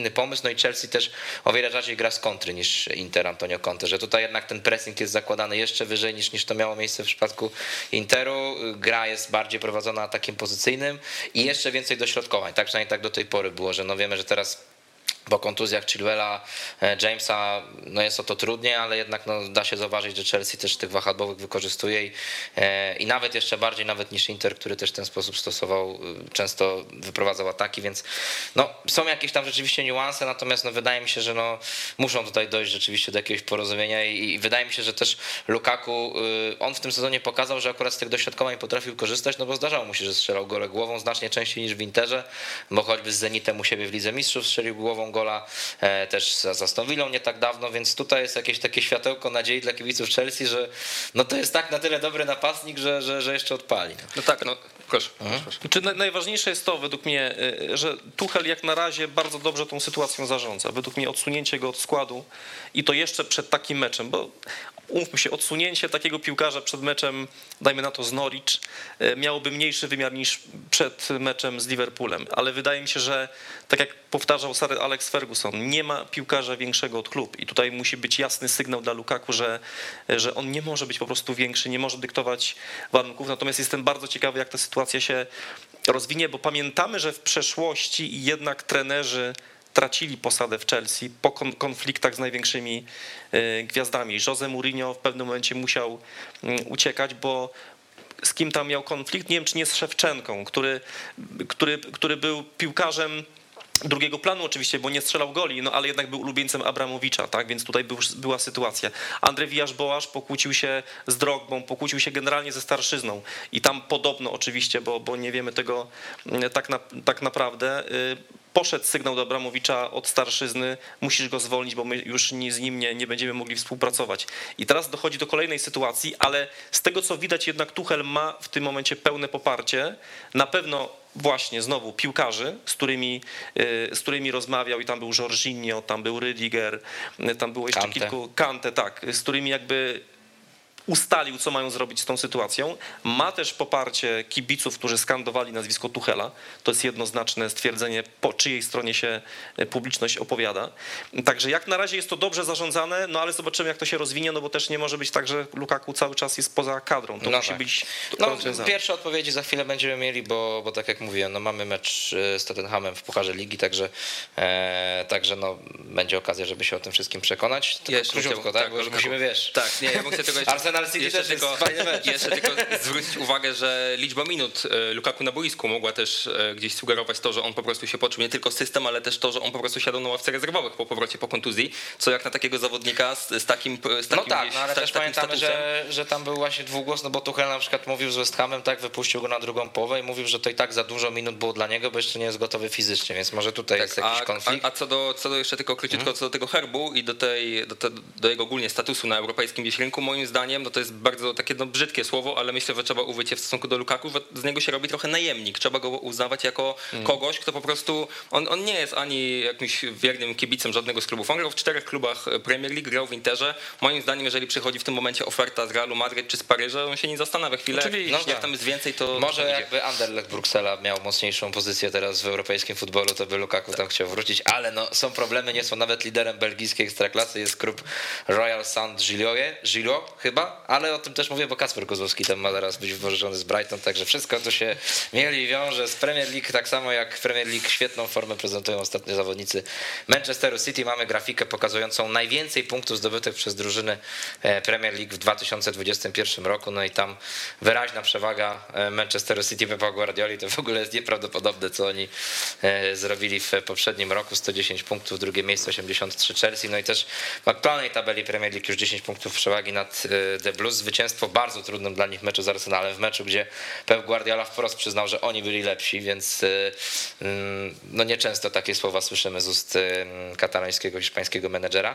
no i Chelsea też o wiele rzadziej gra z kontry niż Inter Antonio Conte, że tutaj jednak ten pressing jest zakładany jeszcze wyżej niż to miało miejsce w przypadku Interu, gra jest bardziej prowadzona atakiem pozycyjnym i jeszcze więcej dośrodkowań, tak przynajmniej tak do tej pory było, że no wiemy, że teraz po kontuzjach Chilwella, Jamesa, no jest o to trudniej, ale jednak no da się zauważyć, że Chelsea też tych wahadłowych wykorzystuje i nawet jeszcze bardziej nawet niż Inter, który też w ten sposób stosował, często wyprowadzał ataki, więc no są jakieś tam rzeczywiście niuanse, natomiast no wydaje mi się, że no muszą tutaj dojść rzeczywiście do jakiegoś porozumienia i wydaje mi się, że też Lukaku, on w tym sezonie pokazał, że akurat z tych dośrodkowań potrafił korzystać, no bo zdarzało mu się, że strzelał gole głową znacznie częściej niż w Interze, bo choćby z Zenitem u siebie w Lidze Mistrzów strzelił głową gola, też za Aston Villą nie tak dawno, więc tutaj jest jakieś takie światełko nadziei dla kibiców Chelsea, że no to jest tak na tyle dobry napastnik, że jeszcze odpali. No tak, no proszę. Czy najważniejsze jest to według mnie, że Tuchel jak na razie bardzo dobrze tą sytuacją zarządza. Według mnie odsunięcie go od składu i to jeszcze przed takim meczem, bo umówmy się, odsunięcie takiego piłkarza przed meczem, dajmy na to z Norwich, miałoby mniejszy wymiar niż przed meczem z Liverpoolem, ale wydaje mi się, że tak jak powtarzał Sir Alex Ferguson, nie ma piłkarza większego od klub i tutaj musi być jasny sygnał dla Lukaku, że on nie może być po prostu większy, nie może dyktować warunków, natomiast jestem bardzo ciekawy, jak ta sytuacja się rozwinie, bo pamiętamy, że w przeszłości jednak trenerzy tracili posadę w Chelsea po konfliktach z największymi gwiazdami. Jose Mourinho w pewnym momencie musiał uciekać, bo z kim tam miał konflikt? Nie wiem, czy nie z Szewczenką, który był piłkarzem drugiego planu oczywiście, bo nie strzelał goli, no ale jednak był ulubieńcem Abramowicza, tak, więc tutaj była sytuacja. Andrzej Villas-Boas pokłócił się z Drogbą, pokłócił się generalnie ze starszyzną i tam podobno oczywiście, bo nie wiemy tego tak naprawdę, poszedł sygnał do Abramowicza od starszyzny, musisz go zwolnić, bo my już z nim nie będziemy mogli współpracować. I teraz dochodzi do kolejnej sytuacji, ale z tego co widać jednak Tuchel ma w tym momencie pełne poparcie, na pewno właśnie znowu piłkarzy, z którymi rozmawiał i tam był Jorginho, tam był Rüdiger, tam było jeszcze kilku, Kante, tak, z którymi jakby ustalił, co mają zrobić z tą sytuacją. Ma też poparcie kibiców, którzy skandowali nazwisko Tuchela. To jest jednoznaczne stwierdzenie, po czyjej stronie się publiczność opowiada. Także jak na razie jest to dobrze zarządzane, no ale zobaczymy, jak to się rozwinie, no bo też nie może być tak, że Lukaku cały czas jest poza kadrą. To musi być rozwiązane. Pierwsze odpowiedzi za chwilę będziemy mieli, bo tak jak mówiłem, no mamy mecz z Tottenhamem w Pucharze Ligi, także no będzie okazja, żeby się o tym wszystkim przekonać. Króciutko, tak? Bo musimy, wiesz. Tak, nie, ja bym chciał tego jeszcze... Jeszcze tylko zwrócić uwagę, że liczba minut Lukaku na boisku mogła też gdzieś sugerować to, że on po prostu się poczuł nie tylko system, ale też to, że on po prostu siadał na ławce rezerwowych po powrocie po kontuzji, co jak na takiego zawodnika z takim no tak, no ale też pamiętamy, że tam był właśnie dwugłos, no bo Tuchel na przykład mówił z West Hamem, tak, wypuścił go na drugą połowę i mówił, że to i tak za dużo minut było dla niego, bo jeszcze nie jest gotowy fizycznie, więc może tutaj jest jakiś konflikt. A co do jeszcze tylko króciutko, co do tego herbu i do jego ogólnie statusu na europejskim gdzieś rynku, moim zdaniem, no to jest bardzo takie brzydkie słowo, ale myślę, że trzeba użyć w stosunku do Lukaku, że z niego się robi trochę najemnik. Trzeba go uznawać jako kogoś, kto po prostu, on nie jest ani jakimś wiernym kibicem żadnego z klubów. On grał w 4 klubach Premier League, grał w Interze. Moim zdaniem, jeżeli przychodzi w tym momencie oferta z Realu Madryt czy z Paryża, on się nie zastanawia chwilę. Oczywiście. Jak tam jest więcej, to może to jakby Anderlecht Bruksela miał mocniejszą pozycję teraz w europejskim futbolu, to by Lukaku tam chciał wrócić, ale no są problemy, nie są nawet liderem belgijskiej ekstraklasy, jest klub Royal Saint-Gilloise chyba, ale o tym też mówię, bo Kacper Kozłowski tam ma zaraz być wypożyczony z Brighton, także wszystko tu się mieli i wiąże z Premier League, tak samo jak w Premier League świetną formę prezentują ostatnio zawodnicy Manchesteru City. Mamy grafikę pokazującą najwięcej punktów zdobytych przez drużyny Premier League w 2021 roku, no i tam wyraźna przewaga Manchesteru City, Pepa Guardioli, to w ogóle jest nieprawdopodobne, co oni zrobili w poprzednim roku, 110 punktów, drugie miejsce 83 Chelsea, no i też w aktualnej tabeli Premier League już 10 punktów przewagi nad The Blues, zwycięstwo w bardzo trudnym dla nich meczu z Arsenalem, w meczu, gdzie Pep Guardiola wprost przyznał, że oni byli lepsi, więc no nieczęsto takie słowa słyszymy z ust katalońskiego, hiszpańskiego menedżera.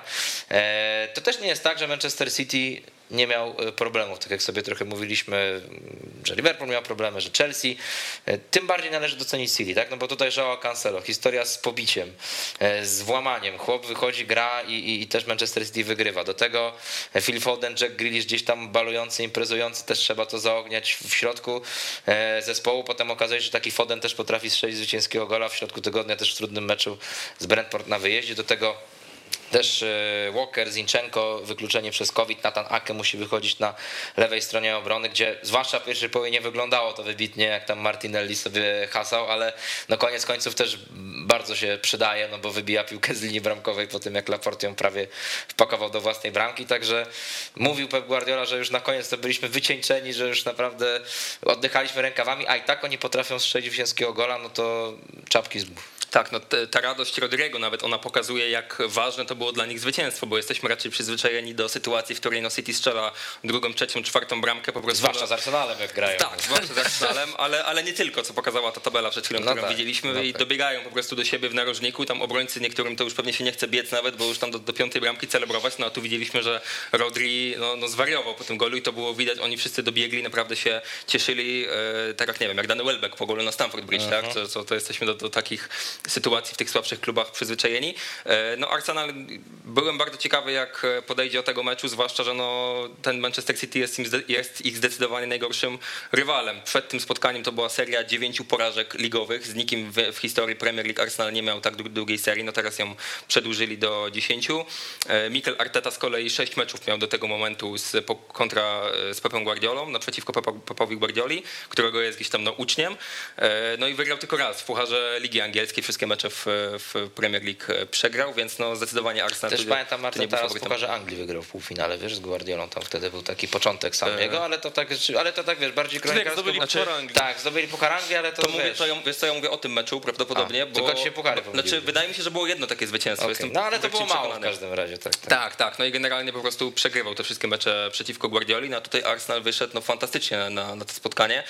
To też nie jest tak, że Manchester City nie miał problemów, tak jak sobie trochę mówiliśmy, że Liverpool miał problemy, że Chelsea. Tym bardziej należy docenić City, tak? No bo tutaj Joao Cancelo, historia z pobiciem, z włamaniem. Chłop wychodzi, gra i też Manchester City wygrywa. Do tego Phil Foden, Jack Grealish gdzieś tam balujący, imprezujący, też trzeba to zaogniać w środku zespołu. Potem okazuje się, że taki Foden też potrafi strzelić zwycięskiego gola w środku tygodnia, też w trudnym meczu z Brentford na wyjeździe. Do tego też Walker, Zinchenko, wykluczenie przez COVID, Nathan Ake musi wychodzić na lewej stronie obrony, gdzie zwłaszcza w pierwszej połowie nie wyglądało to wybitnie, jak tam Martinelli sobie hasał, ale no koniec końców też bardzo się przydaje, no bo wybija piłkę z linii bramkowej po tym, jak Laporte ją prawie wpakował do własnej bramki, także mówił Pep Guardiola, że już na koniec to byliśmy wycieńczeni, że już naprawdę oddychaliśmy rękawami, a i tak oni potrafią strzelić zwycięskiego gola, no to czapki z głów. Tak, no ta radość Rodrigo nawet, ona pokazuje, jak ważne to było dla nich zwycięstwo, bo jesteśmy raczej przyzwyczajeni do sytuacji, w której no City strzela drugą, trzecią, czwartą bramkę po prostu. Zwłaszcza z Arsenalem, jak grają. Tak, zwłaszcza z Arsenalem, ale nie tylko, co pokazała ta tabela przed chwilą, którą widzieliśmy, i dobiegają po prostu do siebie w narożniku, tam obrońcy niektórym to już pewnie się nie chce biec nawet, bo już tam do piątej bramki celebrować, no a tu widzieliśmy, że Rodri no zwariował po tym golu i to było widać, oni wszyscy dobiegli, naprawdę się cieszyli, tak jak nie wiem, jak Danny Welbeck po golu na Stamford Bridge, tak, to jesteśmy do takich sytuacji w tych słabszych klubach przyzwyczajeni. No Arsenal, byłem bardzo ciekawy, jak podejdzie do tego meczu, zwłaszcza, że no ten Manchester City jest ich zdecydowanie najgorszym rywalem. Przed tym spotkaniem to była seria 9 porażek ligowych, z nikim w historii Premier League Arsenal nie miał tak długiej serii, no teraz ją przedłużyli do 10. Mikel Arteta z kolei 6 meczów miał do tego momentu z Pepem Guardiolą, naprzeciwko Pepowi Guardioli, którego jest gdzieś tam uczniem. No i wygrał tylko raz w Pucharze Ligi Angielskiej, wszystkie mecze w Premier League przegrał, więc no zdecydowanie Arsenal. Też pamiętam, Arteta w Pucharze Anglii wygrał w półfinale, wiesz, z Guardiolą, tam wtedy był taki początek sam jego, ale to tak wiesz, bardziej kronikarsko. Zdobyli Puchar Anglii. Tak, zdobyli Puchar Anglii, ale to wiesz co ja mówię o tym meczu prawdopodobnie, bo tylko dzisiaj puchary pomyliły. Znaczy wydaje mi się, że było jedno takie zwycięstwo. Okay. No ale to było mało w każdym razie, tak. No i generalnie po prostu przegrywał te wszystkie mecze przeciwko Guardioli, no a tutaj Arsenal wyszedł fantastycznie na to spotkanie.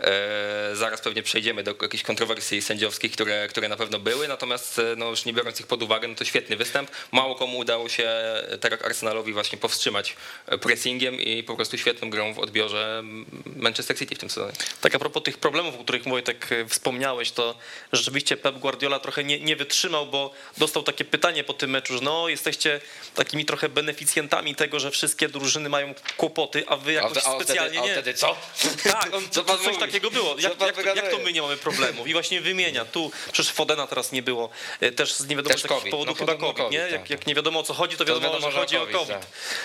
Zaraz pewnie przejdziemy do jakichś kontrowersji sędziowskich, które na pewno były, natomiast no już nie biorąc ich pod uwagę, no to świetny występ. Mało komu udało się, tak jak Arsenalowi, właśnie powstrzymać pressingiem i po prostu świetną grą w odbiorze Manchester City w tym sezonie. Tak, a propos tych problemów, o których Wojtek wspomniałeś, to rzeczywiście Pep Guardiola trochę nie wytrzymał, bo dostał takie pytanie po tym meczu, że no jesteście takimi trochę beneficjentami tego, że wszystkie drużyny mają kłopoty, a wy jakoś specjalnie nie. A wtedy co? Tak, coś takiego było. Jak to my nie mamy problemów? I właśnie wymienia. Tu przecież Fodena teraz nie było. Też z nie wiadomo jakich powodów, chyba COVID, nie? Jak nie wiadomo o co chodzi, to wiadomo, że chodzi o COVID.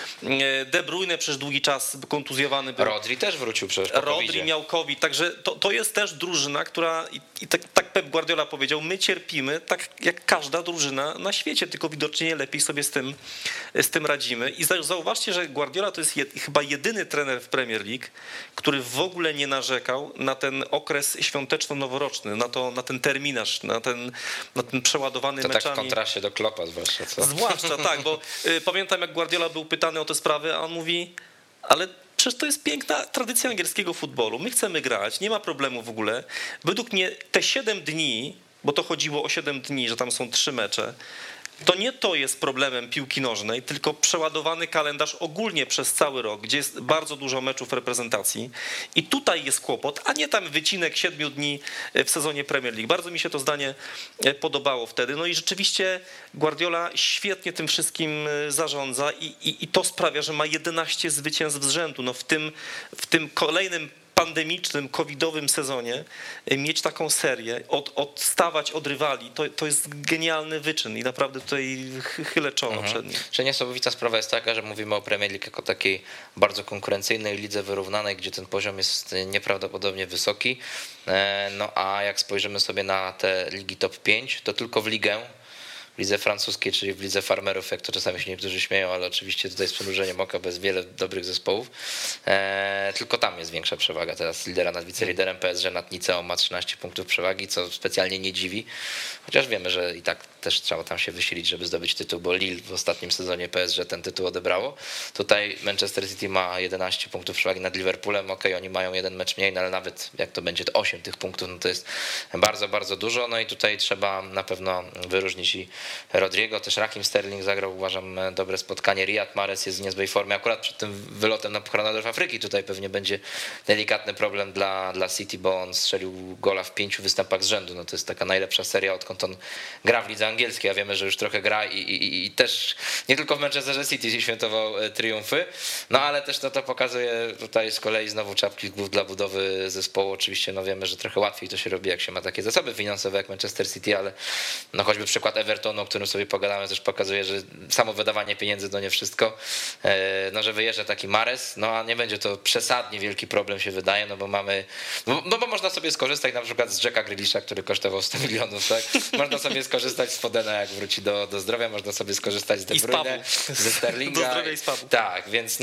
De Bruyne przez długi czas kontuzjowany był. Rodri też wrócił przecież po Rodri miał COVID, także to jest też drużyna, która, i tak Pep Guardiola powiedział, my cierpimy tak jak każda drużyna na świecie, tylko widocznie lepiej sobie z tym radzimy. I zauważcie, że Guardiola to jest chyba jedyny trener w Premier League, który w ogóle nie narzekał na ten okres świąteczno-noworoczny, na ten terminarz, na ten przeładowany meczami. To tak w kontraście do Kloppa zwłaszcza, co? Zwłaszcza, tak, bo pamiętam, jak Guardiola był pytany o te sprawy, a on mówi, ale przecież to jest piękna tradycja angielskiego futbolu, my chcemy grać, nie ma problemu w ogóle. Według mnie te 7 dni, bo to chodziło o 7 dni, że tam są 3 mecze, to jest problemem piłki nożnej, tylko przeładowany kalendarz ogólnie przez cały rok, gdzie jest bardzo dużo meczów reprezentacji i tutaj jest kłopot, a nie tam wycinek 7 dni w sezonie Premier League. Bardzo mi się to zdanie podobało wtedy. No i rzeczywiście Guardiola świetnie tym wszystkim zarządza i to sprawia, że ma 11 zwycięstw z rzędu. No w tym kolejnym pandemicznym, covidowym sezonie mieć taką serię, odstawać od rywali, to jest genialny wyczyn i naprawdę tutaj chylę czoło przed nim. Czy niesamowita sprawa jest taka, że mówimy o Premier League jako takiej bardzo konkurencyjnej lidze wyrównanej, gdzie ten poziom jest nieprawdopodobnie wysoki, no a jak spojrzymy sobie na te ligi top 5, to tylko w lidze francuskiej, czyli w lidze farmerów, jak to czasami się niektórzy śmieją, ale oczywiście tutaj z przymrużeniem oka, bez wiele dobrych zespołów. Tylko tam jest większa przewaga teraz lidera nad wiceliderem. PSG nad Niceą ma 13 punktów przewagi, co specjalnie nie dziwi, chociaż wiemy, że i tak też trzeba tam się wysilić, żeby zdobyć tytuł, bo Lille w ostatnim sezonie PSG ten tytuł odebrało. Tutaj Manchester City ma 11 punktów przewagi nad Liverpoolem, oni mają jeden mecz mniej, no ale nawet jak to będzie 8 tych punktów, no to jest bardzo, bardzo dużo, no i tutaj trzeba na pewno wyróżnić i Rodrigo, też Raheem Sterling zagrał, uważam, dobre spotkanie, Riyad Mahrez jest w niezłej formie, akurat przed tym wylotem na Puchar Narodów Afryki tutaj pewnie będzie delikatny problem dla City, bo on strzelił gola w 5 występach z rzędu, no to jest taka najlepsza seria, odkąd on gra w lidze angielskiej, a wiemy, że już trochę gra i też nie tylko w Manchesterze City świętował triumfy, no ale też to pokazuje tutaj z kolei znowu czapki z głów dla budowy zespołu, oczywiście no wiemy, że trochę łatwiej to się robi, jak się ma takie zasoby finansowe jak Manchester City, ale no choćby przykład Evertonu, o którym sobie pogadamy, też pokazuje, że samo wydawanie pieniędzy to nie wszystko, no że wyjeżdża taki Mahrez, no a nie będzie to przesadnie wielki problem się wydaje, no bo mamy, no bo można sobie skorzystać na przykład z Jacka Grealisha, który kosztował 100 milionów, tak? Można sobie skorzystać z Fodena, jak wróci do zdrowia, można sobie skorzystać z De Bruyne, ze Sterlinga. Do zdrowia i z pubu. Tak, więc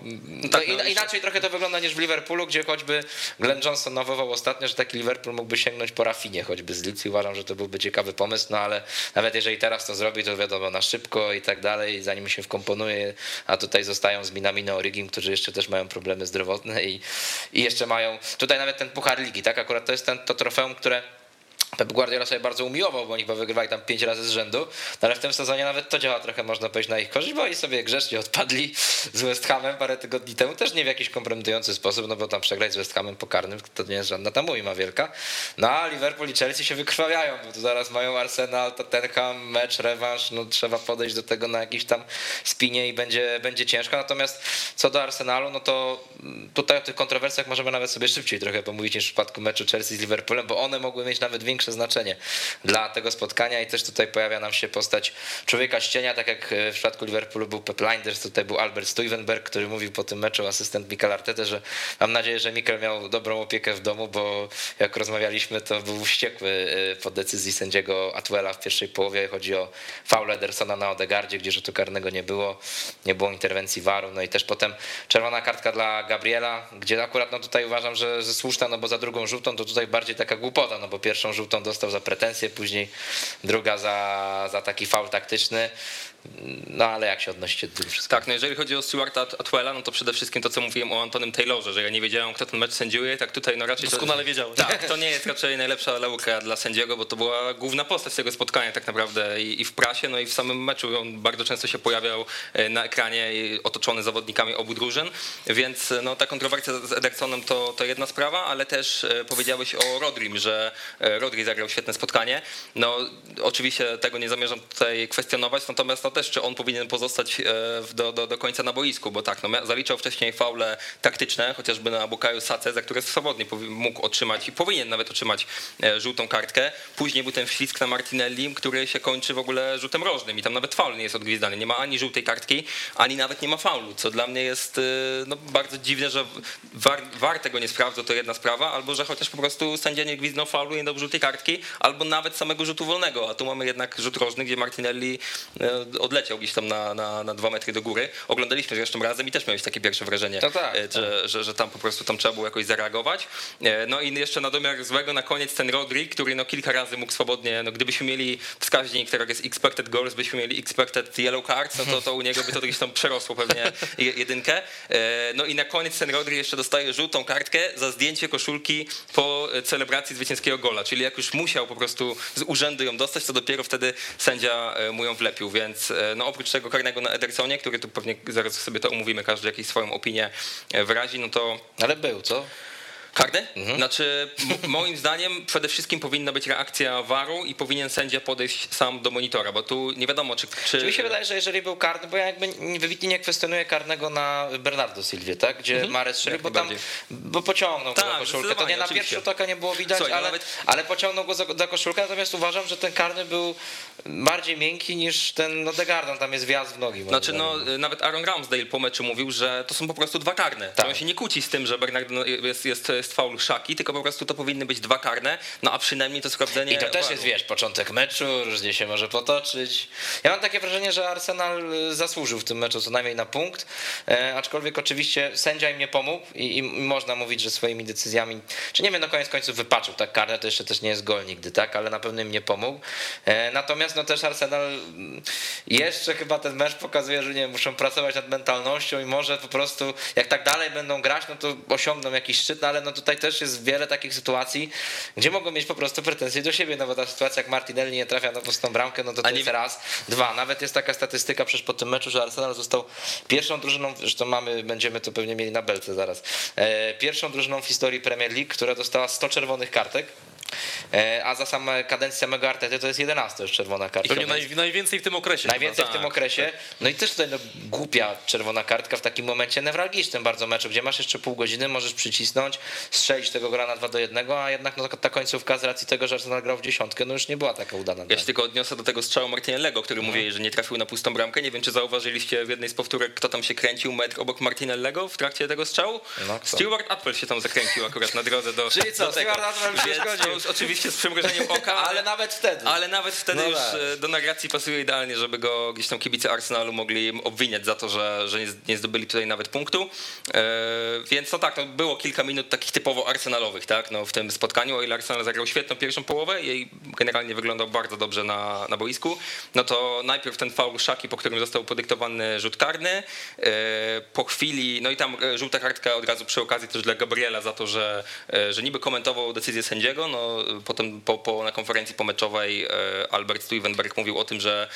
inaczej trochę to wygląda niż w Liverpoolu, gdzie choćby Glenn Johnson nawoływał ostatnio, że taki Liverpool mógłby sięgnąć po Rafinie choćby z Leeds i uważam, że to byłby ciekawy pomysł, no ale nawet jeżeli teraz to zrobi, to wiadomo, na szybko i tak dalej, zanim się wkomponuje, a tutaj zostają z Minamino Origim, którzy jeszcze też mają problemy zdrowotne i jeszcze mają tutaj nawet ten Puchar Ligi, tak? Akurat to jest to trofeum, które Pep Guardiola sobie bardzo umiłował, bo oni chyba wygrywali tam 5 razy z rzędu, no ale w tym sezonie nawet to działa trochę, można powiedzieć, na ich korzyść, bo oni sobie grzecznie odpadli z West Hamem parę tygodni temu, też nie w jakiś kompromitujący sposób, no bo tam przegrać z West Hamem po karnym, to nie jest żadna tam ujma wielka, no a Liverpool i Chelsea się wykrwawiają, bo tu zaraz mają Arsenal, Tottenham, mecz, rewanż, no trzeba podejść do tego na jakiś tam spinie i będzie ciężko, natomiast co do Arsenalu, no to tutaj o tych kontrowersjach możemy nawet sobie szybciej trochę pomówić niż w przypadku meczu Chelsea z Liverpoolem, bo one mogły mieć nawet większe znaczenie dla tego spotkania i też tutaj pojawia nam się postać człowieka z cienia, tak jak w przypadku Liverpoolu był Pep Lijnders, tutaj był Albert Stuyvenberg, który mówił po tym meczu, asystent Mikel Artety, że mam nadzieję, że Mikel miał dobrą opiekę w domu, bo jak rozmawialiśmy, to był wściekły po decyzji sędziego Atwella w pierwszej połowie, chodzi o faul Edersona na Odegaardzie, gdzie rzutu karnego nie było interwencji VAR-u, no i też potem czerwona kartka dla Gabriela, gdzie akurat no tutaj uważam, że słuszna, no bo za drugą żółtą to tutaj bardziej taka głupota, no bo pierwszą żółtą dostał za pretensję, później druga za taki faul taktyczny. No ale jak się odnosicie do tego wszystkiego? Tak, no jeżeli chodzi o Stuarta Atwella, no to przede wszystkim to, co mówiłem o Antonym Taylorze, że ja nie wiedziałem, kto ten mecz sędziuje, tak tutaj no raczej... Doskonale wiedziałem. Tak, to nie jest raczej najlepsza lauka dla sędziego, bo to była główna postać tego spotkania tak naprawdę i w prasie, no i w samym meczu. On bardzo często się pojawiał na ekranie otoczony zawodnikami obu drużyn, więc no ta kontrowersja z Edersonem to jedna sprawa, ale też powiedziałeś o Rodrim, że Rodri zagrał świetne spotkanie. No oczywiście tego nie zamierzam tutaj kwestionować, natomiast no też czy on powinien pozostać do końca na boisku, bo tak, no zaliczał wcześniej faule taktyczne, chociażby na Bukayo Sace, za które swobodnie mógł otrzymać i powinien nawet otrzymać żółtą kartkę. Później był ten wślizg na Martinelli, który się kończy w ogóle rzutem rożnym i tam nawet faul nie jest odgwizdany. Nie ma ani żółtej kartki, ani nawet nie ma faulu, co dla mnie jest no, bardzo dziwne, że VAR tego nie sprawdza, to jedna sprawa, albo że chociaż po prostu sędzia nie gwizdnął faulu, nie dał żółtej kartki, albo nawet samego rzutu wolnego, a tu mamy jednak rzut rożny, gdzie Martinelli odleciał gdzieś tam na 2 metry do góry. Oglądaliśmy zresztą razem i też miałeś takie pierwsze wrażenie, że tam po prostu tam trzeba było jakoś zareagować. No i jeszcze na domiar złego na koniec ten Rodri, który no kilka razy mógł swobodnie, no gdybyśmy mieli wskaźnik, którego jest expected goals, byśmy mieli expected yellow cards, no to u niego by to gdzieś tam przerosło pewnie jedynkę. No i na koniec ten Rodri jeszcze dostaje żółtą kartkę za zdjęcie koszulki po celebracji zwycięskiego gola, czyli jak już musiał po prostu z urzędu ją dostać, to dopiero wtedy sędzia mu ją wlepił, więc no oprócz tego karnego na Edersonie, który tu pewnie zaraz sobie to omówimy, każdy jakąś swoją opinię wyrazi, no to... Ale był, co? Karny? Znaczy moim zdaniem przede wszystkim powinna być reakcja VAR-u i powinien sędzia podejść sam do monitora, bo tu nie wiadomo czy... Mi się wydaje, że jeżeli był karny, bo ja jakby wybitnie nie kwestionuję karnego na Bernardo Silvie, tak? Gdzie Mahrez strzelił, bo pociągnął go za koszulkę. To nie na pierwszy rzut oka nie było widać, słuchaj, ale pociągnął go za koszulkę, natomiast uważam, że ten karny był bardziej miękki niż ten Odegaard, tam jest wjazd w nogi. Znaczy no nawet Aaron Ramsdale po meczu mówił, że to są po prostu 2 karne. Tak. On się nie kłóci z tym, że Bernardo jest jest faul Szaki, tylko po prostu to powinny być 2 karne, no a przynajmniej to sprawdzenie. I to też VAR-u. jest, wiesz, początek meczu, różnie się może potoczyć. Ja mam takie wrażenie, że Arsenal zasłużył w tym meczu co najmniej na punkt, aczkolwiek oczywiście sędzia im nie pomógł i można mówić, że swoimi decyzjami, czy nie wiem, no koniec końców wypaczył tak karne, to jeszcze też nie jest gol nigdy, tak, ale na pewno im nie pomógł. Natomiast no też Arsenal jeszcze chyba ten mecz pokazuje, że nie muszą pracować nad mentalnością i może po prostu jak tak dalej będą grać, no to osiągną jakiś szczyt, no ale no tutaj też jest wiele takich sytuacji, gdzie mogą mieć po prostu pretensje do siebie, no bo ta sytuacja jak Martinelli nie trafia na pustą bramkę, no to jest raz, 2. Nawet jest taka statystyka przecież po tym meczu, że Arsenal został pierwszą drużyną, zresztą będziemy to pewnie mieli na belce zaraz, pierwszą drużyną w historii Premier League, która dostała 100 czerwonych kartek. A za samą kadencję samego Artety to jest 11 już czerwona kartka. Pewnie najwięcej w tym okresie. Najwięcej w tym okresie. No i też tutaj głupia czerwona kartka w takim momencie newralgicznym bardzo meczu, gdzie masz jeszcze pół godziny, możesz przycisnąć, strzelić tego gola na 2-1, a jednak no, ta końcówka z racji tego, że Arsenal grał w 10, no już nie była taka udana. Ja się tylko odniosę do tego strzału Martinellego, który mówili, że nie trafił na pustą bramkę. Nie wiem, czy zauważyliście w jednej z powtórek, kto tam się kręcił metr obok Martinellego w trakcie tego strzału? No, Stewart Atwell się tam zakręcił akurat na drodze do. Czyli co, do tego. Stewart Atwell się Więc to już oczywiście z przymrużeniem oka, ale nawet wtedy. Ale nawet wtedy No już tak. do narracji pasuje idealnie, żeby go gdzieś tam kibice Arsenalu mogli obwiniać za to, że nie zdobyli tutaj nawet punktu. Więc no tak, no było kilka minut takich typowo arsenalowych, tak, no w tym spotkaniu, o ile Arsenal zagrał świetną pierwszą połowę i generalnie wyglądał bardzo dobrze na boisku, no to najpierw ten faul Szaki, po którym został podyktowany rzut karny, po chwili, no i tam żółta kartka od razu przy okazji też dla Gabriela za to, że niby komentował decyzję sędziego, no potem na konferencji pomeczowej Albert Stuivenberg mówił o tym,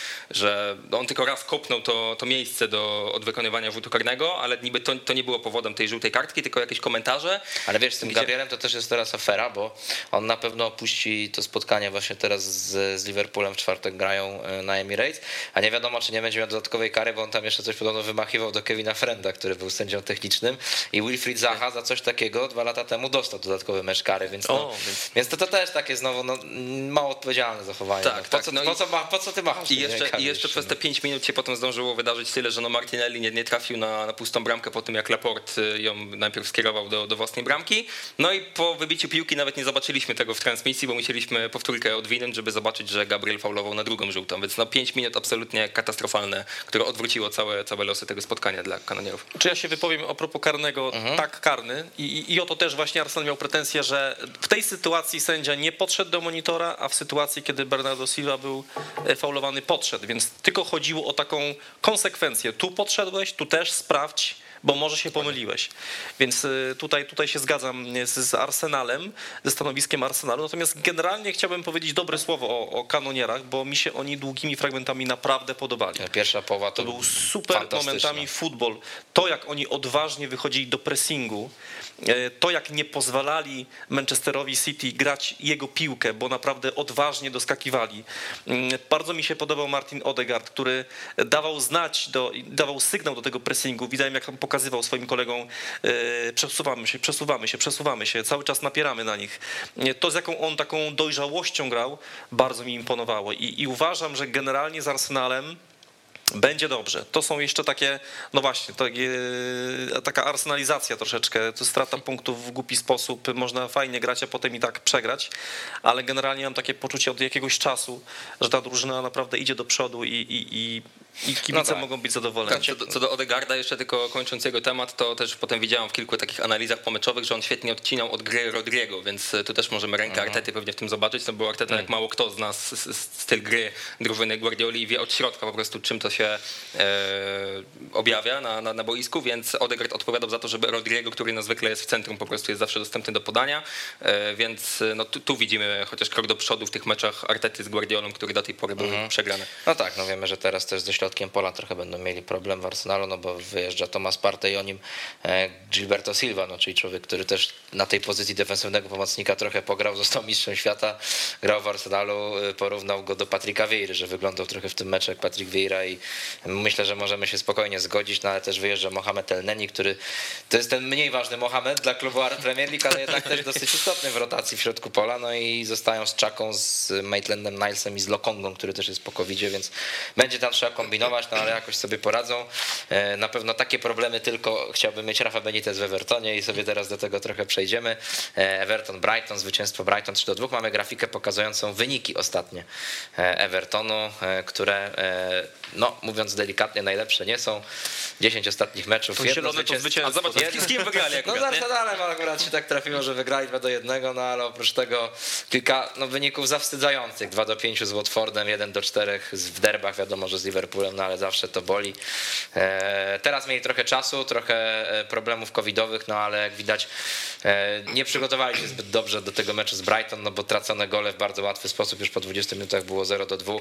że on tylko raz kopnął to miejsce od wykonywania rzutu karnego, ale niby to nie było powodem tej żółtej kartki, tylko jakieś komentarze. Ale wiesz, z tym Gabrielem to też jest teraz afera, bo on na pewno opuści to spotkanie właśnie teraz z Liverpoolem, w czwartek grają na Emirates, a nie wiadomo, czy nie będzie miał dodatkowej kary, bo on tam jeszcze coś podobno wymachiwał do Kevina Frenda, który był sędzią technicznym i Wilfried Zaha za coś takiego 2 lata temu dostał dodatkowy mecz kary, więc, więc to też takie znowu mało odpowiedzialne zachowanie. Tak, Po co ty machasz? I jeszcze przez te 5 minut się potem zdążyło wydarzyć tyle, że Martinelli nie trafił na pustą bramkę po tym, jak Laporte ją najpierw skierował do własnej bramki. No i po wybiciu piłki nawet nie zobaczyliśmy tego w transmisji, bo musieliśmy powtórkę odwinąć, żeby zobaczyć, że Gabriel faulował na drugą żółtą. Więc 5 minut absolutnie katastrofalne, które odwróciło całe losy tego spotkania dla kanonierów. Czy ja się wypowiem a propos karnego, tak karny i o to też właśnie Arsenal miał pretensję, że w tej sytuacji sędzia nie podszedł do monitora, a w sytuacji, kiedy Bernardo Silva był faulowany, podszedł, więc tylko chodziło o taką konsekwencję. Tu podszedłeś, tu też sprawdź, bo może się pomyliłeś. Więc tutaj się zgadzam z Arsenalem, ze stanowiskiem Arsenalu. Natomiast generalnie chciałbym powiedzieć dobre słowo o kanonierach, bo mi się oni długimi fragmentami naprawdę podobali. Pierwsza połowa to był super momentami futbol. To, jak oni odważnie wychodzili do pressingu, to, jak nie pozwalali Manchesterowi City grać jego piłkę, bo naprawdę odważnie doskakiwali. Bardzo mi się podobał Martin Odegaard, który dawał sygnał do tego pressingu. Widziałem, jak on pokazywał swoim kolegom, przesuwamy się, cały czas napieramy na nich. To, z jaką on taką dojrzałością grał, bardzo mi imponowało i uważam, że generalnie z Arsenalem będzie dobrze. To są jeszcze takie, no właśnie, taka arsenalizacja troszeczkę, to strata punktów w głupi sposób, można fajnie grać, a potem i tak przegrać, ale generalnie mam takie poczucie od jakiegoś czasu, że ta drużyna naprawdę idzie do przodu i kibice mogą być zadowoleni. Co do Odegaarda, jeszcze tylko kończąc jego temat, to też potem widziałem w kilku takich analizach pomeczowych, że on świetnie odcinał od gry Rodriego, więc tu też możemy rękę Artety pewnie w tym zobaczyć, no bo Arteta jak mało kto z nas styl gry drużyny Guardioli i wie od środka po prostu, czym to się objawia na boisku, więc Odegaard odpowiadał za to, żeby Rodriego, który no zwykle jest w centrum, po prostu jest zawsze dostępny do podania, więc no tu widzimy chociaż krok do przodu w tych meczach Artety z Guardiolą, które do tej pory były przegrane. No tak, no wiemy, że teraz też ze środkiem pola trochę będą mieli problem w Arsenalu, no bo wyjeżdża Thomas Partey i o nim Gilberto Silva, no czyli człowiek, który też na tej pozycji defensywnego pomocnika trochę pograł, został mistrzem świata, grał w Arsenalu, porównał go do Patricka Vieira, że wyglądał trochę w tym meczu jak Patrick Vieira i myślę, że możemy się spokojnie zgodzić, no ale też wyjeżdża Mohamed El Neni, który to jest ten mniej ważny Mohamed dla klubu Premier League, ale jednak też dosyć istotny w rotacji w środku pola, no i zostają z Czaką, z Maitlandem Nilesem i z Lokongą, który też jest po covidzie, więc będzie tam trzeba kombinować. kombinować, no ale jakoś sobie poradzą. Na pewno takie problemy tylko chciałbym mieć Rafa Benitez w Evertonie i sobie teraz do tego trochę przejdziemy. Everton-Brighton, zwycięstwo Brighton 3-2. Mamy grafikę pokazującą wyniki ostatnie Evertonu, które, no mówiąc delikatnie, najlepsze nie są. 10 ostatnich meczów. To zielone to zwycięstwo. A zobacz, z kim wygrali akurat, no z Arsenalem akurat się tak trafiło, że wygrali 2-1, no ale oprócz tego kilka wyników zawstydzających. 2-5 z Watfordem, 1-4 w derbach, wiadomo, że z Liverpoolem, no ale zawsze to boli. Teraz mieli trochę czasu, trochę problemów covidowych, no ale jak widać nie przygotowali się zbyt dobrze do tego meczu z Brighton, no bo tracone gole w bardzo łatwy sposób, już po 20 minutach było 0-2.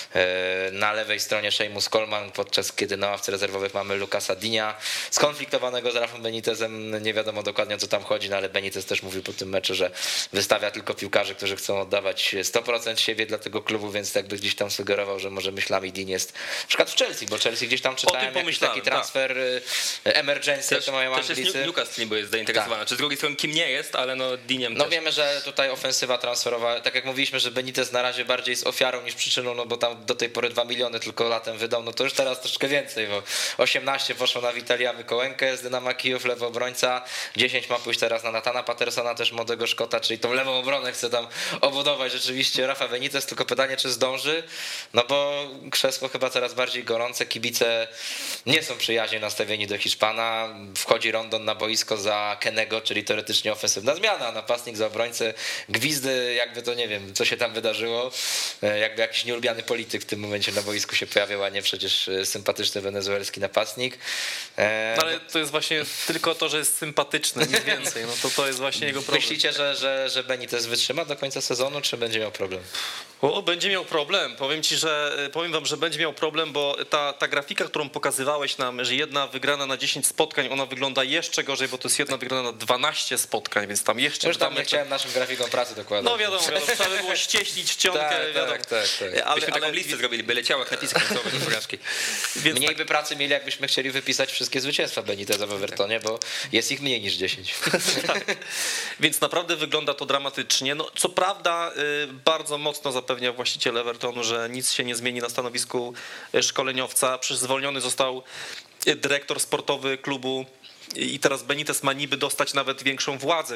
Na lewej stronie Seamus Coleman, podczas kiedy na ławce rezerwowych mamy Lucasa Digna, skonfliktowanego z Rafą Benitezem, nie wiadomo dokładnie o co tam chodzi, no ale Benitez też mówił po tym meczu, że wystawia tylko piłkarzy, którzy chcą oddawać 100% siebie dla tego klubu, więc jakby gdzieś tam sugerował, że może myślami Dean jest na przykład w Chelsea, bo Chelsea gdzieś tam czytałem jakiś taki transfer emergency, jak to mają Anglicy. Też Newcastle niby jest zainteresowany, czy z drugiej strony kim nie jest, ale no Deanem no też. Wiemy, że tutaj ofensywa transferowa, tak jak mówiliśmy, że Benitez na razie bardziej jest ofiarą niż przyczyną, no bo tam do tej pory 2 miliony tylko latem wydał, no to już teraz troszkę więcej, bo 18 poszło na Witalia Mykołękę z Dynama Kijów, lewy obrońca, 10 ma pójść teraz na Nathana Pattersona, też młodego Szkota, czyli tą lewą obronę chce tam obudować rzeczywiście Rafa Benitez, tylko pytanie, czy zdąży, no bo krzesło chyba coraz bardziej gorące, kibice nie są przyjaźnie nastawieni do Hiszpana, wchodzi Rondon na boisko za Kennego, czyli teoretycznie ofensywna zmiana, napastnik za obrońcę, gwizdy, jakby to nie wiem, co się tam wydarzyło, jakby jakiś nieulubiany polityk w tym momencie na boisku się pojawiał, a nie przecież sympatyczny wenezuelski napastnik. No ale to jest właśnie tylko to, że jest sympatyczny, nic więcej, no to jest właśnie jego problem. Myślicie, że Benitez wytrzyma do końca sezonu, czy będzie miał problem? Będzie miał problem, powiem wam, że będzie miał problem, bo ta grafika, którą pokazywałeś nam, że jedna wygrana na 10 spotkań, ona wygląda jeszcze gorzej, bo to jest jedna wygrana na 12 spotkań, więc tam jeszcze... Już tam nie chciałem naszym grafikom pracy dokładać. No wiadomo, trzeba by było ścieślić czcionkę, wiadomo. Tak. Byśmy taką listę zrobili, by leciało jak napisy końcowe do porażki. Mniej by pracy mieli, jakbyśmy chcieli wypisać wszystkie zwycięstwa Beniteza w Evertonie, bo jest ich mniej niż 10. Tak. Więc naprawdę wygląda to dramatycznie. No, co prawda bardzo mocno zapewnia właściciel Evertonu, że nic się nie zmieni na stanowisku szkoleniowca. Przecież zwolniony został dyrektor sportowy klubu i teraz Benitez ma niby dostać nawet większą władzę,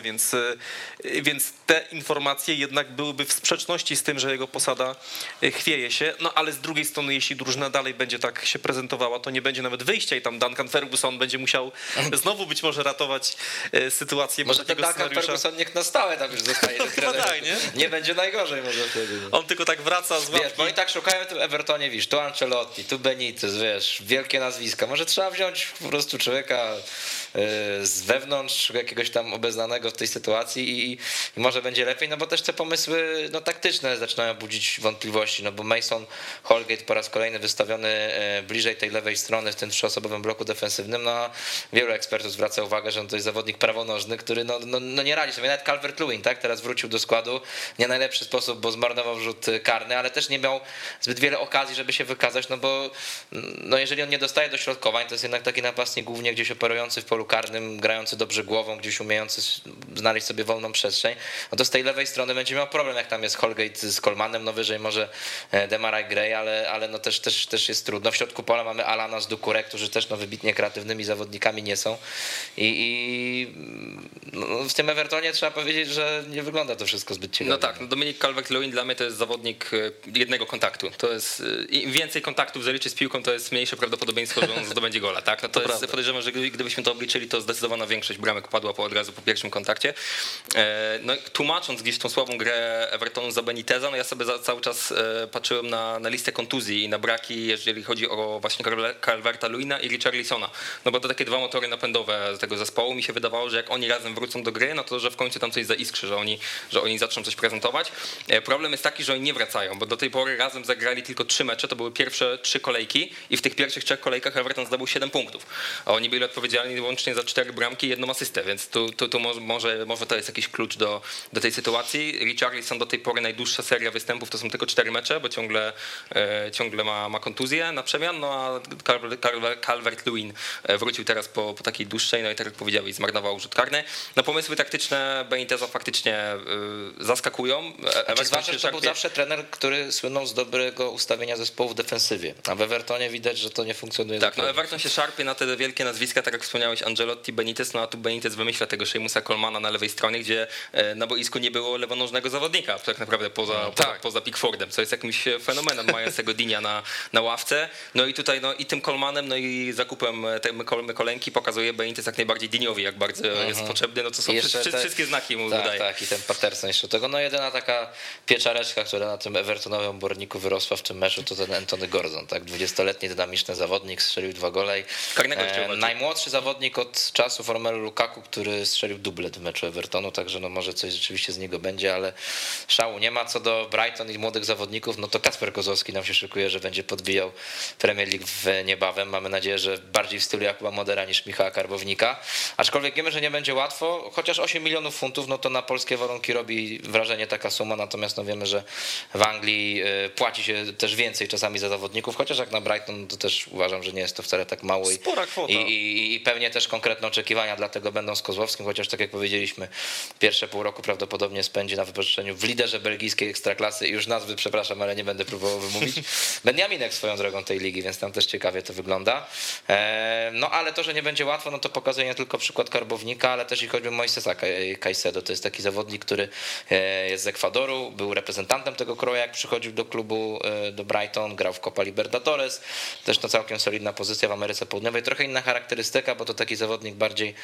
więc te informacje jednak byłyby w sprzeczności z tym, że jego posada chwieje się. No ale z drugiej strony, jeśli drużyna dalej będzie tak się prezentowała, to nie będzie nawet wyjścia i tam Duncan Ferguson będzie musiał znowu być może ratować sytuację. Może ten Duncan Ferguson niech na stałe tam już zostaje. Tak, nie będzie najgorzej może wtedy. On tylko tak wraca z ławki. Wiesz, bo oni tak szukają w tym Evertonie, wiesz, tu Ancelotti, tu Benitez, wiesz, wielkie nazwiska. Może trzeba wziąć po prostu człowieka z wewnątrz, jakiegoś tam obeznanego w tej sytuacji i może będzie lepiej, no bo też te pomysły taktyczne zaczynają budzić wątpliwości, no bo Mason Holgate po raz kolejny wystawiony bliżej tej lewej strony w tym 3-osobowym bloku defensywnym, no wielu ekspertów zwraca uwagę, że on to jest zawodnik prawonożny, który no nie radzi sobie, nawet Calvert-Lewin, tak, teraz wrócił do składu, nie najlepszy sposób, bo zmarnował rzut karny, ale też nie miał zbyt wiele okazji, żeby się wykazać, no bo no jeżeli on nie dostaje dośrodkowań, to jest jednak taki napastnik głównie gdzieś operujący w polu karnym, grający dobrze głową, gdzieś umiejący znaleźć sobie wolną przestrzeń, no to z tej lewej strony będzie miał problem, jak tam jest Holgate z Colemanem, no wyżej może Demarai Gray, ale no też jest trudno. W środku pola mamy Alana z Doucouré, którzy też wybitnie kreatywnymi zawodnikami nie są i w tym Evertonie trzeba powiedzieć, że nie wygląda to wszystko zbyt ciekawie. No tak, no Dominik Calvert-Lewin dla mnie to jest zawodnik jednego kontaktu. To jest im więcej kontaktów zaliczy z piłką, to jest mniejsze prawdopodobieństwo, że on zdobędzie gola, tak? No to jest, podejrzewam, że gdybyśmy to obliczyli, to zdecydowana większość bramek padła od razu po pierwszym kontakcie. No tłumacząc gdzieś tą słabą grę Evertonu za Beniteza, no ja sobie cały czas patrzyłem na listę kontuzji i na braki, jeżeli chodzi o właśnie Calverta-Lewina i Richarlisona. No bo to takie dwa motory napędowe tego zespołu. Mi się wydawało, że jak oni razem wrócą do gry, no to że w końcu tam coś zaiskrzy, że oni zaczną coś prezentować. Problem jest taki, że oni nie wracają, bo do tej pory razem zagrali tylko 3 mecze, to były pierwsze 3 kolejki i w tych pierwszych 3 kolejkach Everton zdobył 7 punktów. A oni byli odpowiedzialni łącznie za 4 bramki i 1 asystę, więc tu może to jest jakiś klucz do tej sytuacji. Richarlison do tej pory najdłuższa seria występów to są tylko 4 mecze, bo ciągle ma kontuzję na przemian, no a Calvert-Lewin wrócił teraz po takiej dłuższej, no i tak jak powiedziałeś, zmarnował rzut karny. No pomysły taktyczne Beniteza faktycznie zaskakują. Zwłaszcza, że to był zawsze trener, który słynął z dobrego ustawienia zespołu w defensywie, a w Evertonie widać, że to nie funkcjonuje. Tak, no Everton się szarpie na te wielkie nazwiska, tak jak wspomniałeś, Ancelotti, Benitez, no a tu Benitez wymyśla tego Seamusa Colemana na lewej stronie, gdzie na boisku nie było lewonożnego zawodnika, tak naprawdę poza Pickfordem, co jest jakimś fenomenem mającego Dinia na ławce. No i tutaj i tym Colemanem, no i zakupem Mykolenki pokazuje Benitez jak najbardziej Diniowi, jak bardzo jest potrzebny, no to są wszystkie znaki mu wydaje. Tak, i ten Patterson jeszcze tego. No jedyna taka pieczareczka, która na tym Evertonowym oborniku wyrosła w tym meczu, to ten Anthony Gordon, tak, 20-letni dynamiczny zawodnik, strzelił 2 gole. Najmłodszy zawodnik od czasów Romelu Lukaku, który strzelił dublet w meczu Evertonu, także no może coś rzeczywiście z niego będzie, ale szału nie ma. Co do Brighton i młodych zawodników, no to Kacper Kozłowski nam się szykuje, że będzie podbijał Premier League niebawem. Mamy nadzieję, że bardziej w stylu Jakuba Modera niż Michała Karbownika. Aczkolwiek wiemy, że nie będzie łatwo, chociaż 8 milionów funtów, no to na polskie warunki robi wrażenie taka suma, natomiast no wiemy, że w Anglii płaci się też więcej czasami za zawodników, chociaż jak na Brighton to też uważam, że nie jest to wcale tak mało. Spora kwota. I pewnie też konkretne oczekiwania dlatego będą z Kozłowskim, chociaż tak jak powiedzieliśmy, pierwsze pół roku prawdopodobnie spędzi na wypożyczeniu w liderze belgijskiej ekstraklasy i już nazwy, przepraszam, ale nie będę próbował wymówić. Benjaminek swoją drogą tej ligi, więc tam też ciekawie to wygląda. No ale to, że nie będzie łatwo, no to pokazuje nie tylko przykład Karbownika, ale też i choćby Moisesa Caicedo. To jest taki zawodnik, który jest z Ekwadoru, był reprezentantem tego kroja, jak przychodził do klubu, do Brighton, grał w Copa Libertadores, też to całkiem solidna pozycja w Ameryce Południowej, trochę inna charakterystyka, bo to taki zawodnik bardziej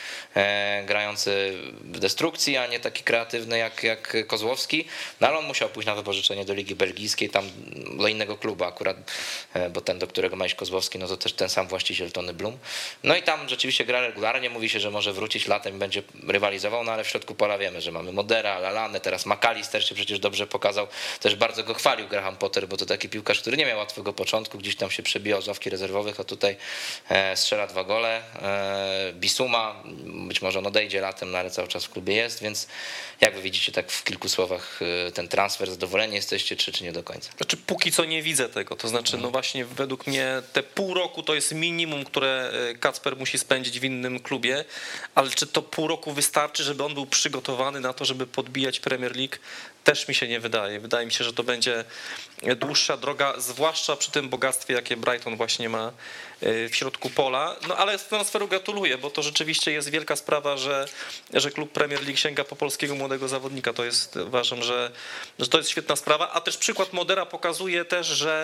grający w destrukcji, a nie taki kreatywny jak Kozłowski, no ale on musiał pójść na wypożyczenie do Ligi Belgijskiej, tam do innego klubu akurat, bo ten, do którego ma iść Kozłowski, no to też ten sam właściciel Tony Bloom. No i tam rzeczywiście gra regularnie, mówi się, że może wrócić latem i będzie rywalizował, no ale w środku pola wiemy, że mamy Modera, Lalane, teraz McAllister się przecież dobrze pokazał, też bardzo go chwalił Graham Potter, bo to taki piłkarz, który nie miał łatwego początku, gdzieś tam się przebijał z ławki rezerwowych, a tutaj strzela 2 gole. Bissouma, być może on odejdzie latem, no ale cały czas w klubie jest, więc jak wy widzicie tak w kilku słowach ten transfer, zadowoleni jesteście czy nie do końca? Znaczy póki co nie widzę tego, to znaczy no właśnie według mnie te pół roku to jest minimum, które Kacper musi spędzić w innym klubie, ale czy to pół roku wystarczy, żeby on był przygotowany na to, żeby podbijać Premier League? Też mi się nie wydaje. Wydaje mi się, że to będzie dłuższa droga, zwłaszcza przy tym bogactwie, jakie Brighton właśnie ma w środku pola. No ale z transferu gratuluję, bo to rzeczywiście jest wielka sprawa, że klub Premier League sięga po polskiego młodego zawodnika. To jest, uważam, że to jest świetna sprawa, a też przykład Modera pokazuje też, że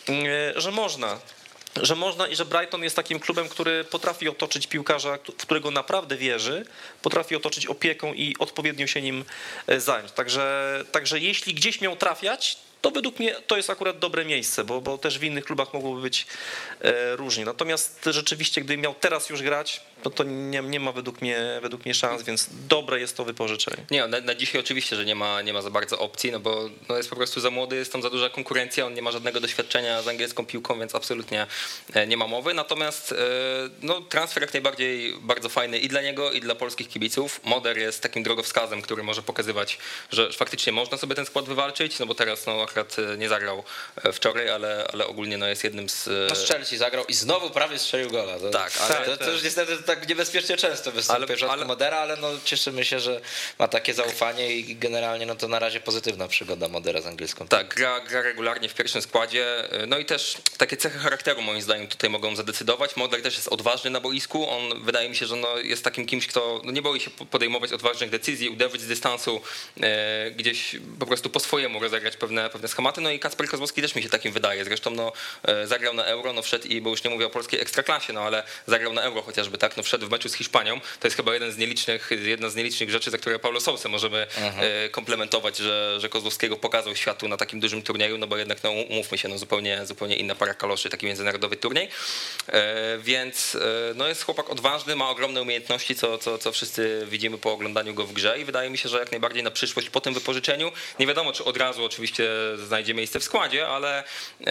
można i że Brighton jest takim klubem, który potrafi otoczyć piłkarza, w którego naprawdę wierzy, potrafi otoczyć opieką i odpowiednio się nim zająć. Także jeśli gdzieś miał trafiać, to według mnie to jest akurat dobre miejsce, bo też w innych klubach mogłoby być różnie. Natomiast rzeczywiście, gdyby miał teraz już grać, to nie ma według mnie szans, więc dobre jest to wypożyczenie. Nie, na dzisiaj oczywiście, że nie ma za bardzo opcji, no bo jest po prostu za młody, jest tam za duża konkurencja, on nie ma żadnego doświadczenia z angielską piłką, więc absolutnie nie ma mowy. Natomiast no, transfer jak najbardziej bardzo fajny i dla niego, i dla polskich kibiców. Moder jest takim drogowskazem, który może pokazywać, że faktycznie można sobie ten skład wywalczyć, no bo teraz akurat nie zagrał wczoraj, ale ogólnie jest jednym z... No z Chelsea zagrał i znowu prawie strzelił gola. To już niestety tak niebezpiecznie często występuje w przypadku Modera, ale no cieszymy się, że ma takie zaufanie i generalnie no to na razie pozytywna przygoda Modera z angielską. Tak, gra regularnie w pierwszym składzie, no i też takie cechy charakteru moim zdaniem tutaj mogą zadecydować. Moder też jest odważny na boisku, on wydaje mi się, że jest takim kimś, kto nie boi się podejmować odważnych decyzji, uderzyć z dystansu, gdzieś po prostu po swojemu rozegrać pewne schematy, no i Kacper Kozłowski też mi się takim wydaje, zresztą zagrał na Euro, wszedł i, bo już nie mówię o polskiej ekstraklasie, ale zagrał na Euro chociażby, tak, wszedł w meczu z Hiszpanią, to jest chyba jedna z nielicznych rzeczy, za które Paulo Sousa możemy komplementować, że Kozłowskiego pokazał światu na takim dużym turnieju, no bo jednak umówmy się, zupełnie inna para kaloszy, taki międzynarodowy turniej, więc jest chłopak odważny, ma ogromne umiejętności, co wszyscy widzimy po oglądaniu go w grze i wydaje mi się, że jak najbardziej na przyszłość po tym wypożyczeniu, nie wiadomo czy od razu oczywiście znajdzie miejsce w składzie, ale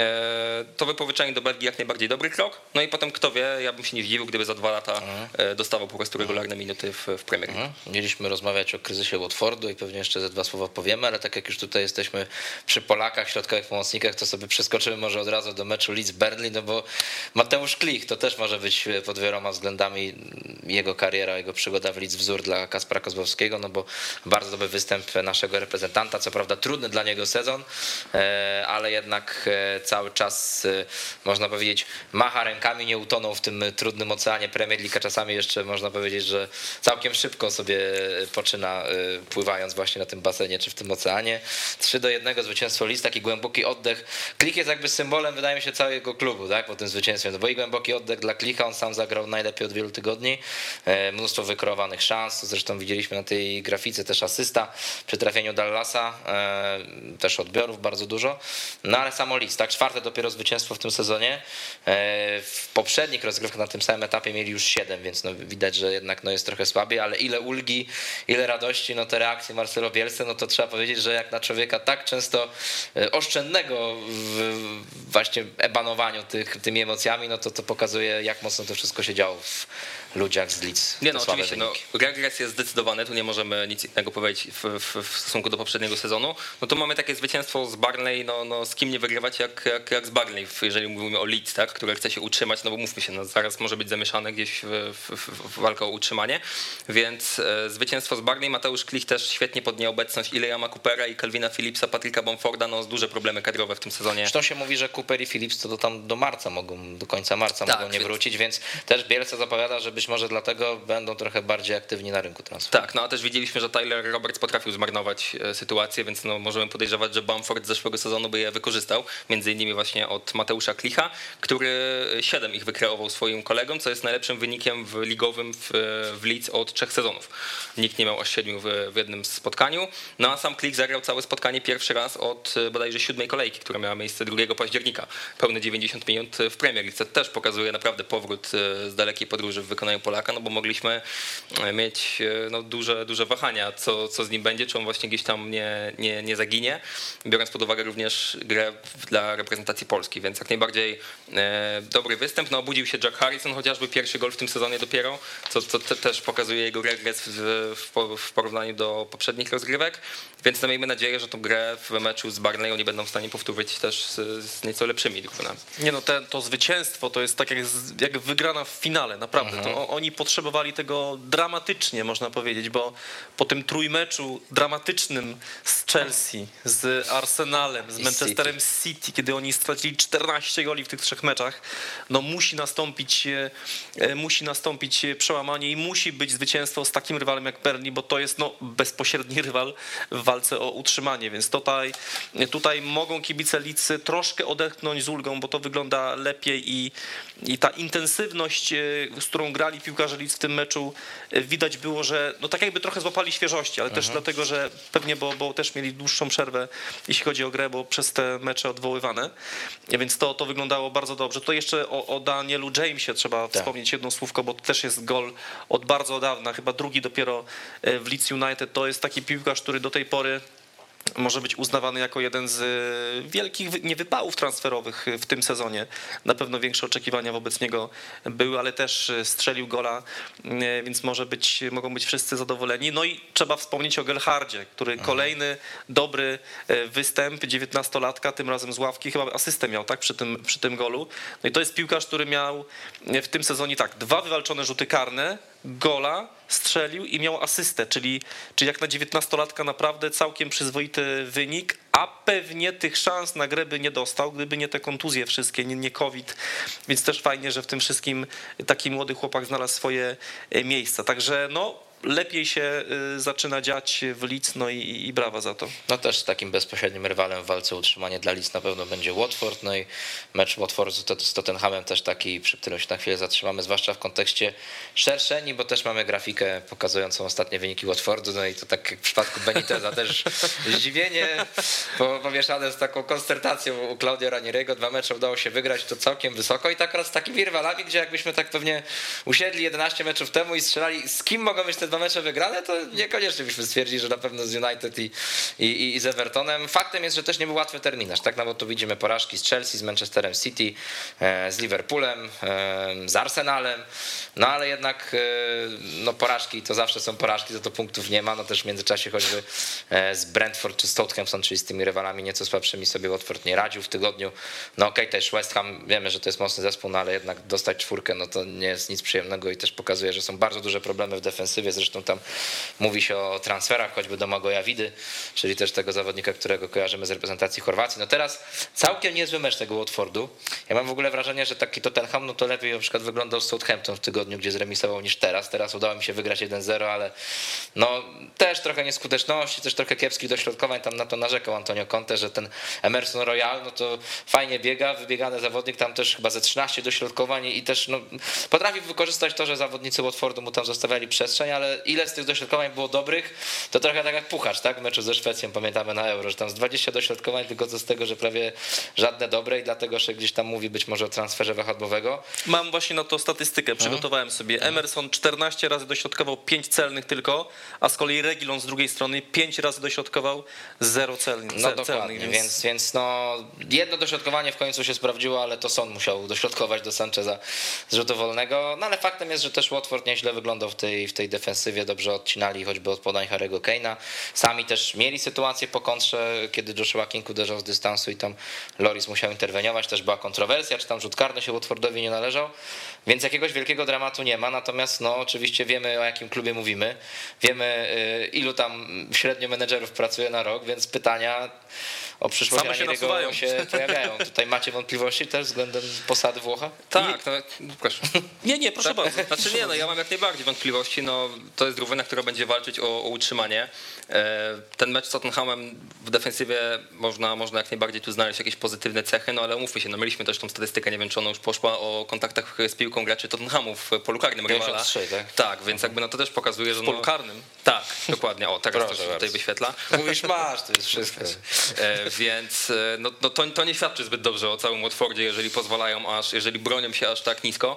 to wypożyczenie do Belgii jak najbardziej dobry krok. No i potem kto wie, ja bym się nie zdziwił, gdyby za 2 lata dostawał po prostu regularne minuty w Premier League. Mieliśmy rozmawiać o kryzysie Watfordu i pewnie jeszcze ze 2 słowa powiemy, ale tak jak już tutaj jesteśmy przy Polakach, środkowych pomocnikach, to sobie przeskoczymy może od razu do meczu Leeds-Burnley, no bo Mateusz Klich to też może być pod wieloma względami jego kariera, jego przygoda w Leeds wzór dla Kacpra Kozłowskiego, no bo bardzo dobry występ naszego reprezentanta, co prawda trudny dla niego sezon, ale jednak cały czas można powiedzieć macha rękami, nie utonął w tym trudnym oceanie Premier League, a czasami jeszcze można powiedzieć, że całkiem szybko sobie poczyna, pływając właśnie na tym basenie czy w tym oceanie. 3-1 zwycięstwo Leeds, taki głęboki oddech. Klich jest jakby symbolem, wydaje mi się, całego klubu, tak, po tym zwycięstwie, no bo i głęboki oddech dla Klicha, on sam zagrał najlepiej od wielu tygodni, mnóstwo wykreowanych szans, zresztą widzieliśmy na tej grafice też asysta przy trafieniu Dallasa, też odbiorów bardzo dużo, no ale samo Leeds, tak, 4. dopiero zwycięstwo w tym sezonie, w poprzednich rozgrywkach na tym samym etapie mieli już 7, więc no widać, że jednak no jest trochę słabiej, ale ile ulgi, ile radości, no te reakcje Marcelo Bielsa, no to trzeba powiedzieć, że jak na człowieka tak często oszczędnego w właśnie ebanowaniu tymi emocjami, no to pokazuje, jak mocno to wszystko się działo w ludziach z Leeds. Nie, no oczywiście, no, regres jest zdecydowany, tu nie możemy nic innego powiedzieć w stosunku do poprzedniego sezonu. No to mamy takie zwycięstwo z Burnley, no z kim nie wygrywać jak z Burnley, jeżeli mówimy o Leeds, tak, które chce się utrzymać, no bo mówmy się, no zaraz może być zamieszane gdzieś w walkę o utrzymanie, więc zwycięstwo z Burnley, Mateusz Klich też świetnie pod nieobecność Ilya Coopera i Calvina Phillipsa, Patricka Bamforda, no duże problemy kadrowe w tym sezonie. Zresztą się mówi, że Cooper i Phillips to tam do marca mogą, do końca marca tak, mogą nie wrócić, więc też Bielsa zapowiada, że być może dlatego będą trochę bardziej aktywni na rynku transferowym. Tak, no a też widzieliśmy, że Tyler Roberts potrafił zmarnować sytuację, więc no możemy podejrzewać, że Bamford z zeszłego sezonu by je wykorzystał, między innymi właśnie od Mateusza Klicha, który 7 ich wykreował swoim kolegom, co jest najlepszym wynikiem ligowym w Leeds od 3 sezonów. Nikt nie miał aż 7 w jednym spotkaniu, no a sam Klich zagrał całe spotkanie pierwszy raz od bodajże 7 kolejki, która miała miejsce 2 października. Pełne 90 minut w Premier League, co też pokazuje naprawdę powrót z dalekiej podróży w wykonaniu Polaka, no bo mogliśmy mieć no, duże wahania, co z nim będzie, czy on właśnie gdzieś tam nie zaginie, biorąc pod uwagę również grę dla reprezentacji Polski, więc jak najbardziej dobry występ. No, obudził się Jack Harrison, chociażby pierwszy gol w tym sezonie dopiero, co też pokazuje jego regres w porównaniu do poprzednich rozgrywek, więc no, miejmy nadzieję, że tą grę w meczu z Burnley oni będą w stanie powtórzyć też z nieco lepszymi drużynami. Nie no, to zwycięstwo to jest tak jak wygrana w finale, naprawdę. To oni potrzebowali tego dramatycznie, można powiedzieć, bo po tym trójmeczu dramatycznym z Chelsea, z Arsenalem, z Manchesterem City, kiedy oni stracili 14 goli w tych 3 meczach, no musi nastąpić przełamanie i musi być zwycięstwo z takim rywalem jak Burnley, bo to jest no bezpośredni rywal w walce o utrzymanie, więc tutaj mogą kibice Leeds troszkę odetchnąć z ulgą, bo to wygląda lepiej i ta intensywność, z którą grali piłkarze Leeds w tym meczu, widać było, że no tak jakby trochę złapali świeżości, ale też dlatego, że pewnie, bo też mieli dłuższą przerwę, jeśli chodzi o grę, bo przez te mecze odwoływane, więc to wyglądało bardzo dobrze. To jeszcze o Danielu Jamesie trzeba wspomnieć jedno słówko, bo to też jest gol od bardzo dawna, chyba drugi dopiero w Leeds United. To jest taki piłkarz, który do tej pory może być uznawany jako jeden z wielkich niewypałów transferowych w tym sezonie. Na pewno większe oczekiwania wobec niego były, ale też strzelił gola, więc mogą być wszyscy zadowoleni. No i trzeba wspomnieć o Gelhardzie, który kolejny dobry występ, 19-latka, tym razem z ławki, chyba asystę miał tak przy tym golu. No i to jest piłkarz, który miał w tym sezonie 2 wywalczone rzuty karne, gola, strzelił i miał asystę, czyli jak na 19-latka naprawdę całkiem przyzwoity wynik, a pewnie tych szans na grę by nie dostał, gdyby nie te kontuzje wszystkie, nie COVID, więc też fajnie, że w tym wszystkim taki młody chłopak znalazł swoje miejsca. Także no lepiej się zaczyna dziać w Leeds, no i brawa za to. No też takim bezpośrednim rywalem w walce o utrzymanie dla Leeds na pewno będzie Watford, no i mecz Watfordu z Tottenhamem też taki, przy którym się na chwilę zatrzymamy, zwłaszcza w kontekście szerszeni, bo też mamy grafikę pokazującą ostatnie wyniki Watfordu, no i to tak jak w przypadku Beniteza też zdziwienie pomieszane z taką konstertacją u Claudio Ranieriego. 2 mecze udało się wygrać, to całkiem wysoko i tak oraz z takimi rywalami, gdzie jakbyśmy tak pewnie usiedli 11 meczów temu i strzelali, z kim mogą być te dwa mecze wygrane, to niekoniecznie byśmy stwierdzili, że na pewno z United i z Evertonem. Faktem jest, że też nie był łatwy terminarz, tak? No bo tu widzimy porażki z Chelsea, z Manchesterem City, z Liverpoolem, z Arsenalem, no ale jednak no porażki to zawsze są porażki, to punktów nie ma, no też w międzyczasie choćby z Brentford czy Southampton, czyli z tymi rywalami nieco słabszymi sobie Watford nie radził w tygodniu. No okej, też West Ham, wiemy, że to jest mocny zespół, no ale jednak dostać czwórkę, no to nie jest nic przyjemnego i też pokazuje, że są bardzo duże problemy w defensywie, zresztą tam mówi się o transferach, choćby do Magoja Widy, czyli też tego zawodnika, którego kojarzymy z reprezentacji Chorwacji. No teraz całkiem niezły mecz tego Watfordu. Ja mam w ogóle wrażenie, że taki Tottenham, no to lepiej na przykład wyglądał z Southampton w tygodniu, gdzie zremisował niż teraz. Teraz udało mi się wygrać 1-0, ale no też trochę nieskuteczności, też trochę kiepskich dośrodkowań, tam na to narzekał Antonio Conte, że ten Emerson Royal, no to fajnie biega, wybiegany zawodnik, tam też chyba ze 13 dośrodkowań i też no, potrafi wykorzystać to, że zawodnicy Watfordu mu tam zostawiali przestrzeń, ale ile z tych dośrodkowań było dobrych, to trochę tak jak Puchacz, tak? W meczu ze Szwecją pamiętamy na Euro, że tam z 20 dośrodkowań tylko z tego, że prawie żadne dobre i dlatego, że gdzieś tam mówi być może o transferze wahadłowego. Mam właśnie na to statystykę, przygotowałem sobie. Emerson 14 razy dośrodkował, 5 celnych tylko, a z kolei Reguilon z drugiej strony 5 razy dośrodkował, 0 celnych. No dokładnie, więc no jedno dośrodkowanie w końcu się sprawdziło, ale to Son musiał dośrodkować do Sancheza z rzutu wolnego, no ale faktem jest, że też Watford nieźle wyglądał w tej defensywie, dobrze odcinali choćby od podań Harry'ego Kane'a, sami też mieli sytuację po kontrze, kiedy Joshua King uderzał z dystansu i tam Lloris musiał interweniować, też była kontrowersja, czy tam rzut karny się Watfordowi nie należał, więc jakiegoś wielkiego dramatu nie ma, natomiast no oczywiście wiemy, o jakim klubie mówimy, wiemy ilu tam średnio menedżerów pracuje na rok, więc pytania o przyszłość Ranieriego się pojawiają. Tutaj macie wątpliwości też względem posady Włocha? Tak, no, proszę. Nie, proszę bardzo. Znaczy nie, no ja mam jak najbardziej wątpliwości, no to jest drużyna, która będzie walczyć o utrzymanie. Ten mecz z Tottenhamem w defensywie można jak najbardziej tu znaleźć jakieś pozytywne cechy, no ale umówmy się, no mieliśmy też tą statystykę, nie wiem czy ona już poszła, o kontaktach z piłką graczy Tottenhamu w polu karnym rywala. Tak, więc jakby no to też pokazuje, że w polu karnym? Tak, dokładnie, o teraz to się tutaj wyświetla. Mówisz masz, to jest wszystko. Więc no to nie świadczy zbyt dobrze o całym Watfordzie, jeżeli bronią się aż tak nisko.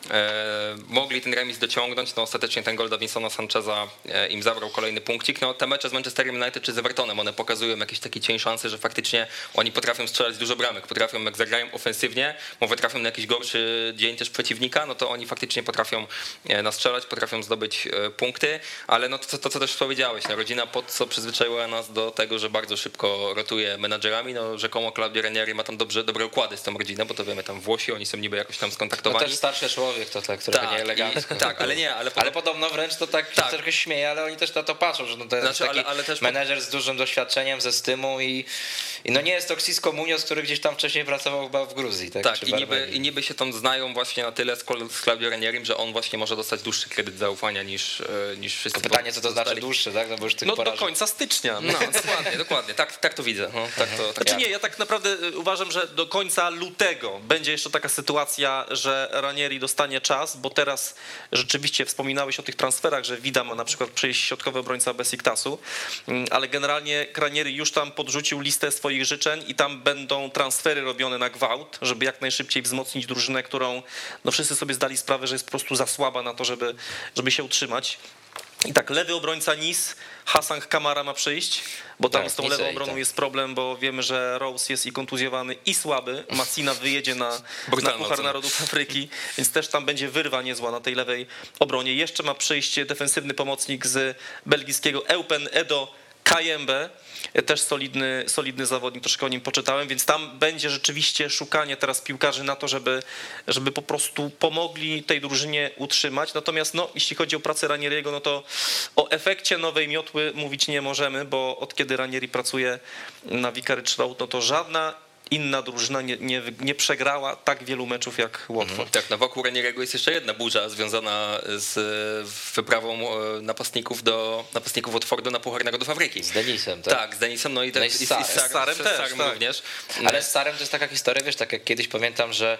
Mogli ten remis dociągnąć, no ostatecznie ten gol Davinsona Sancheza im zabrał kolejny punkcik. No te mecze z Manchesterem United czy z Evertonem, one pokazują jakiś taki cień szansy, że faktycznie oni potrafią strzelać dużo bramek, potrafią jak zagrają ofensywnie, może trafią na jakiś gorszy dzień też przeciwnika, no to oni faktycznie potrafią nastrzelać, potrafią zdobyć punkty, ale no to co też powiedziałeś, no rodzina pod co przyzwyczaiła nas do tego, że bardzo szybko rotuje menadżerami, no rzekomo Claudio Ranieri ma tam dobre układy z tą rodziną, bo to wiemy, tam Włosi, oni są niby jakoś tam skontaktowani. No też starszy człowiek to tak, trochę tak, nieelegancko. Tak, ale nie, ale podobno wręcz to tak trochę śmieje, ale oni też na to patrzą, że no to jest taki ale też menedżer z dużym doświadczeniem, ze Stymu i no nie jest to Xisco Munoz, który gdzieś tam wcześniej pracował chyba w Gruzji. Tak, i niby się tam znają właśnie na tyle z Claudio Ranierim, że on właśnie może dostać dłuższy kredyt zaufania niż wszyscy. To pytanie, co to znaczy dłuższy, tak? No bo już tych do końca stycznia. No dokładnie, tak to widzę. No, znaczy nie, ja tak naprawdę uważam, że do końca lutego będzie jeszcze taka sytuacja, że Ranieri dostanie czas, bo teraz rzeczywiście wspominałeś o tych transferach, że Vida ma na przykład przyjść środkowy obrońca Besiktasu, ale generalnie Ranieri już tam podrzucił listę swoich życzeń i tam będą transfery robione na gwałt, żeby jak najszybciej wzmocnić drużynę, którą no wszyscy sobie zdali sprawę, że jest po prostu za słaba na to, żeby się utrzymać. I tak, lewy obrońca Nice, Hassan Kamara ma przyjść, bo tam z tą lewą obroną jest problem, bo wiemy, że Rose jest i kontuzjowany, i słaby. Massina wyjedzie na Puchar Narodów Afryki, więc też tam będzie wyrwa niezła na tej lewej obronie. Jeszcze ma przyjść defensywny pomocnik z belgijskiego Eupen Edo Kayembe, też solidny zawodnik, troszkę o nim poczytałem, więc tam będzie rzeczywiście szukanie teraz piłkarzy na to, żeby po prostu pomogli tej drużynie utrzymać. Natomiast no, jeśli chodzi o pracę Ranieriego, no to o efekcie nowej miotły mówić nie możemy, bo od kiedy Ranieri pracuje na Vicarage Road, no to żadna inna drużyna nie przegrała tak wielu meczów jak Watford. Tak, no wokół Ranieriego jest jeszcze jedna burza związana z wyprawą napastników Watfordu na Puchar Narodów Afryki. Z Denisem, tak? Tak, z Denisem, no i z Sarem również. Ale z Sarem to jest taka historia, wiesz, tak jak kiedyś pamiętam, że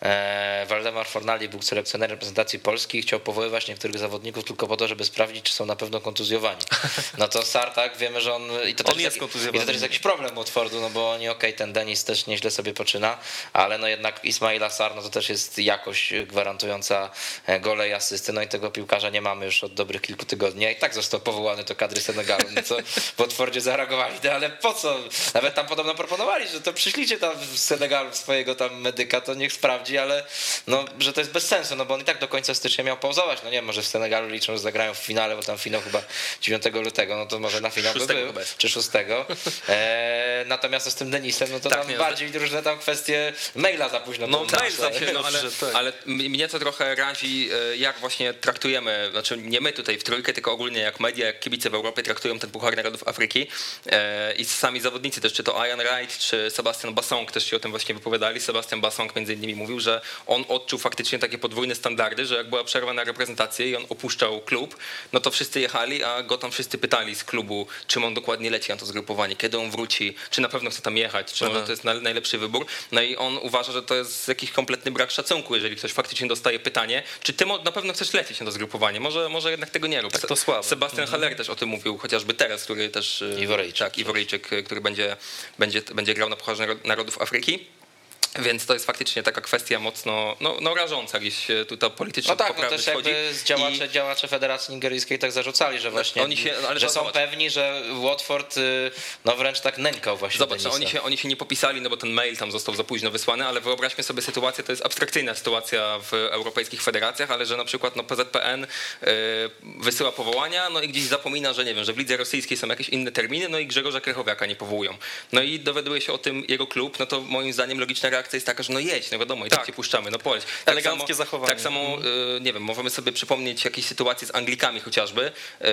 Waldemar Fornali był selekcjonerem reprezentacji Polski i chciał powoływać niektórych zawodników tylko po to, żeby sprawdzić, czy są na pewno kontuzjowani. No to Sar, tak, wiemy, że on... I to też jest kontuzjowany. I to też jest jakiś problem Watfordu, no bo oni ten Denis też też nieźle sobie poczyna, ale no jednak Ismaila Sarr no to też jest jakość gwarantująca gole i asysty, no i tego piłkarza nie mamy już od dobrych kilku tygodni, a i tak został powołany do kadry Senegalu, no co w Watfordzie zareagowali, no ale po co? Nawet tam podobno proponowali, że to przyślijcie tam z Senegalu swojego tam medyka, to niech sprawdzi, ale no, że to jest bez sensu, no bo on i tak do końca stycznia miał pauzować, no nie wiem, może w Senegalu liczą, że zagrają w finale, bo tam finał chyba 9 lutego, no to może na finał by był, czy 6. Natomiast z tym Denisem, no to tak, tam bardziej różne tam kwestie maila za późno. No mail za późno, ale mnie to trochę razi, jak właśnie traktujemy, znaczy nie my tutaj w trójkę, tylko ogólnie jak media, jak kibice w Europie traktują ten Puchar Narodów Afryki i sami zawodnicy też, czy to Ian Wright, czy Sebastian Bassong też się o tym właśnie wypowiadali. Sebastian Bassong między innymi mówił, że on odczuł faktycznie takie podwójne standardy, że jak była przerwa na reprezentację i on opuszczał klub, no to wszyscy jechali, a go tam wszyscy pytali z klubu, czym on dokładnie leci na to zgrupowanie, kiedy on wróci, czy na pewno chce tam jechać, czy może to jest najlepszy wybór. No i on uważa, że to jest jakiś kompletny brak szacunku, jeżeli ktoś faktycznie dostaje pytanie, czy ty na pewno chcesz lecieć na to zgrupowanie, może jednak tego nie rób. Tak to słabo. Sebastian Haller też o tym mówił, chociażby teraz, który też... Iworyjczyk, który będzie grał na Pucharze Narodów Afryki. Więc to jest faktycznie taka kwestia mocno rażąca gdzieś tutaj politycznie. No tak, no też jakby działacze Federacji Nigeryjskiej tak zarzucali, że właśnie że są pewni, że Watford no wręcz tak nękał właśnie. Zobacz, oni się nie popisali, no bo ten mail tam został za późno wysłany, ale wyobraźmy sobie sytuację, to jest abstrakcyjna sytuacja w europejskich federacjach, ale że na przykład no PZPN wysyła powołania, no i gdzieś zapomina, że nie wiem, że w lidze rosyjskiej są jakieś inne terminy, no i Grzegorza Krychowiaka nie powołują. No i dowiaduje się o tym jego klub, no to moim zdaniem logiczna reakcja jest taka, że no jedź, no wiadomo, i tak cię puszczamy, no poleć. Eleganckie zachowanie. Tak samo, nie wiem, możemy sobie przypomnieć jakieś sytuacje z Anglikami chociażby,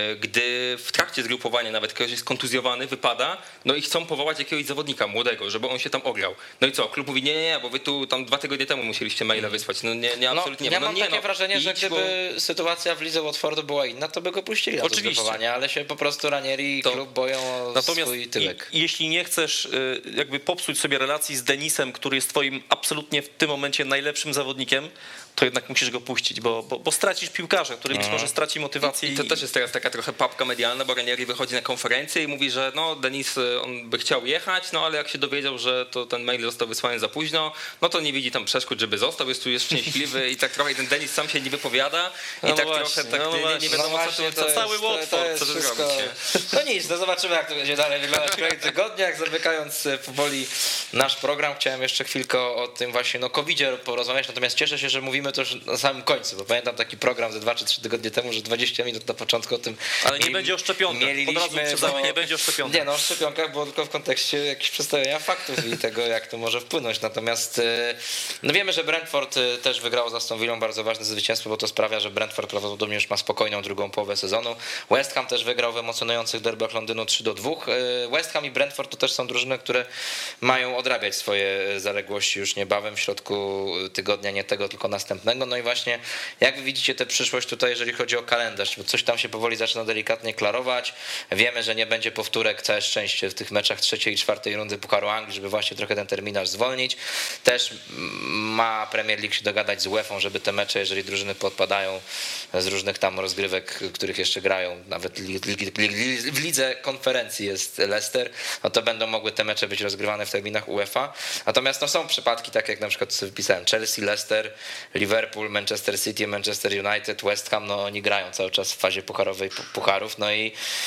gdy w trakcie zgrupowania nawet ktoś jest kontuzjowany, wypada, no i chcą powołać jakiegoś zawodnika młodego, żeby on się tam ograł. No i co, klub mówi, nie, bo wy tu tam 2 tygodnie temu musieliście maila wysłać. No nie, absolutnie. Ja mam takie wrażenie, że gdyby sytuacja w lidze Watfordu była inna, to by go puścili na to zgrupowanie, ale się po prostu Ranieri i klub boją o swój tyłek. Jeśli nie chcesz jakby popsuć sobie relacji z Denisem, który jest twoim absolutnie w tym momencie najlepszym zawodnikiem, to jednak musisz go puścić, bo stracisz piłkarza, który być może straci motywację. I to też jest teraz taka trochę papka medialna, bo Ranieri wychodzi na konferencję i mówi, że no Denis, on by chciał jechać, no ale jak się dowiedział, że to ten mail został wysłany za późno, no to nie widzi tam przeszkód, żeby został, jest szczęśliwy i tak trochę ten Denis sam się nie wypowiada i tak trochę nie wiadomo co cały Watford, co zrobić. No nic, no zobaczymy jak to będzie dalej wyglądać w kolejnych tygodniach. Zamykając powoli nasz program, chciałem jeszcze chwilkę o tym właśnie covidzie porozmawiać, natomiast cieszę się, że mówimy to już na samym końcu, bo pamiętam taki program ze 2 czy 3 tygodnie temu, że 20 minut na początku o tym ale nie będzie o szczepionkach, od razu nie będzie o szczepionkach. Nie, o szczepionkach było tylko w kontekście jakichś przedstawienia faktów i tego, jak to może wpłynąć. Natomiast no wiemy, że Brentford też wygrał z Aston Villą bardzo ważne zwycięstwo, bo to sprawia, że Brentford prawdopodobnie już ma spokojną drugą połowę sezonu. West Ham też wygrał w emocjonujących derbach Londynu 3-2. West Ham i Brentford to też są drużyny, które mają odrabiać swoje zaległości już niebawem w środku tygodnia, nie tego, tylko następnego. No i właśnie jak wy widzicie tę przyszłość tutaj, jeżeli chodzi o kalendarz, bo coś tam się powoli zaczyna delikatnie klarować. Wiemy, że nie będzie powtórek, całe szczęście, w tych meczach 3. i 4. rundy Pucharu Anglii, żeby właśnie trochę ten terminarz zwolnić. Też ma Premier League się dogadać z UEFA, żeby te mecze, jeżeli drużyny podpadają z różnych tam rozgrywek, których jeszcze grają, nawet w lidze konferencji jest Leicester, no to będą mogły te mecze być rozgrywane w terminach UEFA. Natomiast no, są przypadki, tak jak na przykład sobie wypisałem, Chelsea, Leicester, Liverpool, Manchester City, Manchester United, West Ham, no oni grają cały czas w fazie pucharowej pucharów, no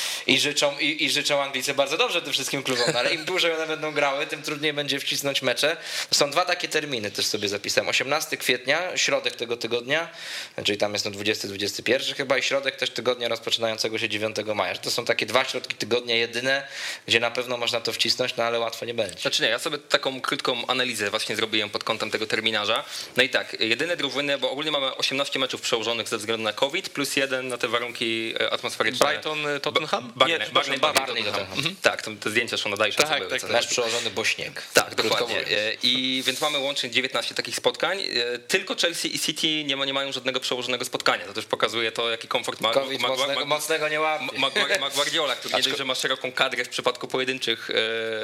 i życzą Anglicy bardzo dobrze tym wszystkim klubom, no, ale im dłużej one będą grały, tym trudniej będzie wcisnąć mecze. Są 2 takie terminy, też sobie zapisałem, 18 kwietnia, środek tego tygodnia, czyli tam jest 20-21 chyba i środek też tygodnia rozpoczynającego się 9 maja. To są takie 2 środki tygodnia jedyne, gdzie na pewno można to wcisnąć, no ale łatwo nie będzie. Znaczy nie, ja sobie taką krótką analizę właśnie zrobiłem pod kątem tego terminarza. No i tak, jedyne drużyny, bo ogólnie mamy 18 meczów przełożonych ze względu na COVID, plus 1 na te warunki atmosferyczne. Brighton, Tottenham? Barney Tottenham. Tak, te zdjęcia są nadajsze. Tak. Mecz przełożony, bo śnieg. Tak, dokładnie. I więc mamy łącznie 19 takich spotkań. Tylko Chelsea i City nie mają żadnego przełożonego spotkania. To też pokazuje to, jaki komfort ma mocnego nie łapie. Ma Guardiola, który nie dość, że ma szeroką kadrę w przypadku pojedynczych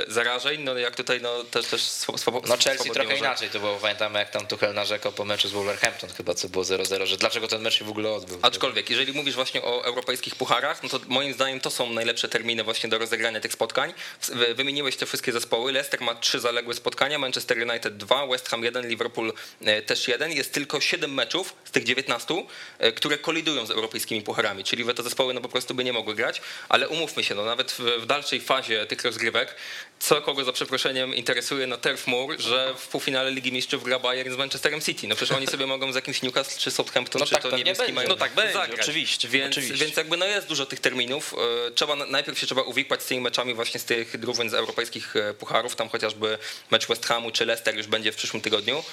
zarażeń, no jak tutaj no też No Chelsea trochę inaczej to było, pamiętamy jak tam Tuchel narzekał po meczu z Wolverhamptonem, Wolverhampton chyba, co było 0-0, że dlaczego ten mecz się w ogóle odbył. Aczkolwiek, jeżeli mówisz właśnie o europejskich pucharach, no to moim zdaniem to są najlepsze terminy właśnie do rozegrania tych spotkań. Wymieniłeś te wszystkie zespoły. Leicester ma 3 zaległe spotkania, Manchester United 2, West Ham 1, Liverpool też 1. Jest tylko 7 meczów z tych 19, które kolidują z europejskimi pucharami, czyli te zespoły no po prostu by nie mogły grać, ale umówmy się, no nawet w dalszej fazie tych rozgrywek, co kogo za przeproszeniem interesuje na Turf Moor, że w półfinale Ligi Mistrzów gra Bayern z Manchesterem City. No przecież oni sobie mogą z jakimś Newcastle czy Southampton, no czy tak, to niemiecki mają no tak będzie, zagrać. oczywiście. Więc jakby no jest dużo tych terminów. Najpierw się trzeba uwikłać z tymi meczami właśnie z tych drużyn z europejskich pucharów. Tam chociażby mecz West Hamu czy Leicester już będzie w przyszłym tygodniu,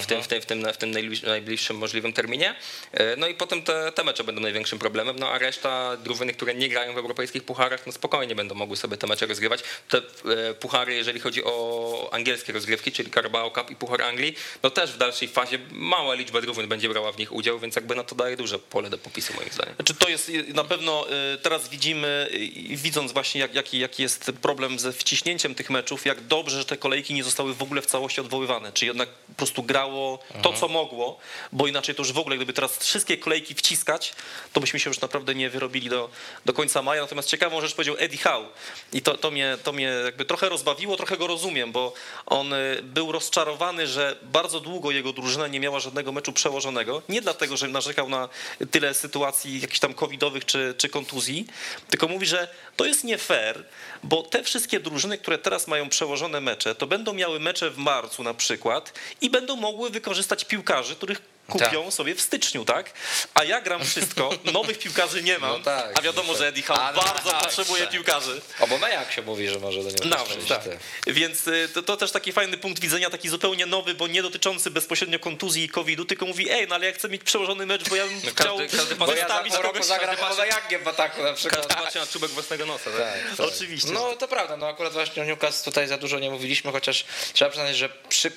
w tym najbliższym możliwym terminie. No i potem te mecze będą największym problemem, no a reszta drużyny, które nie grają w europejskich pucharach, no spokojnie będą mogły sobie te mecze rozgrywać. Te puchary, jeżeli chodzi o angielskie rozgrywki, czyli Carabao Cup i Puchar Anglii, no też w dalszej fazie mała liczba drużyn będzie brała w nich udział, więc jakby no to daje duże pole do popisu moim zdaniem. Znaczy to jest na pewno, teraz widzimy, widząc właśnie jaki jest problem ze wciśnięciem tych meczów, jak dobrze, że te kolejki nie zostały w ogóle w całości odwoływane, czyli jednak po prostu grało to, co mogło, bo inaczej to już w ogóle, gdyby teraz wszystkie kolejki wciskać, to byśmy się już naprawdę nie wyrobili do końca maja. Natomiast ciekawą rzecz powiedział Eddie Howe i to mnie jakby trochę rozbawiło, trochę go rozumiem, bo on był rozczarowany, że bardzo długo jego drużyna nie miała żadnego meczu przełożonego. Nie dlatego, że narzekał na tyle sytuacji jakichś tam covidowych czy kontuzji, tylko mówi, że to jest nie fair, bo te wszystkie drużyny, które teraz mają przełożone mecze, to będą miały mecze w marcu na przykład i będą mogły wykorzystać piłkarzy, których kupią sobie w styczniu, tak? A ja gram wszystko, nowych piłkarzy nie mam, No tak, a wiadomo, że Eddie Howe bardzo potrzebuje piłkarzy. Aubameyang się mówi, że może do niego Tak. Więc to też taki fajny punkt widzenia, taki zupełnie nowy, bo nie dotyczący bezpośrednio kontuzji i COVID-u, tylko mówi, no ale ja chcę mieć przełożony mecz, bo ja bym chciał wystawić kogoś. Zagram Aubameyangiem w ataku na przykład. Każdy patrzy na czubek własnego nosa. Tak. Oczywiście. No to prawda, no akurat właśnie o Newcastle tutaj za dużo nie mówiliśmy, chociaż trzeba przyznać, że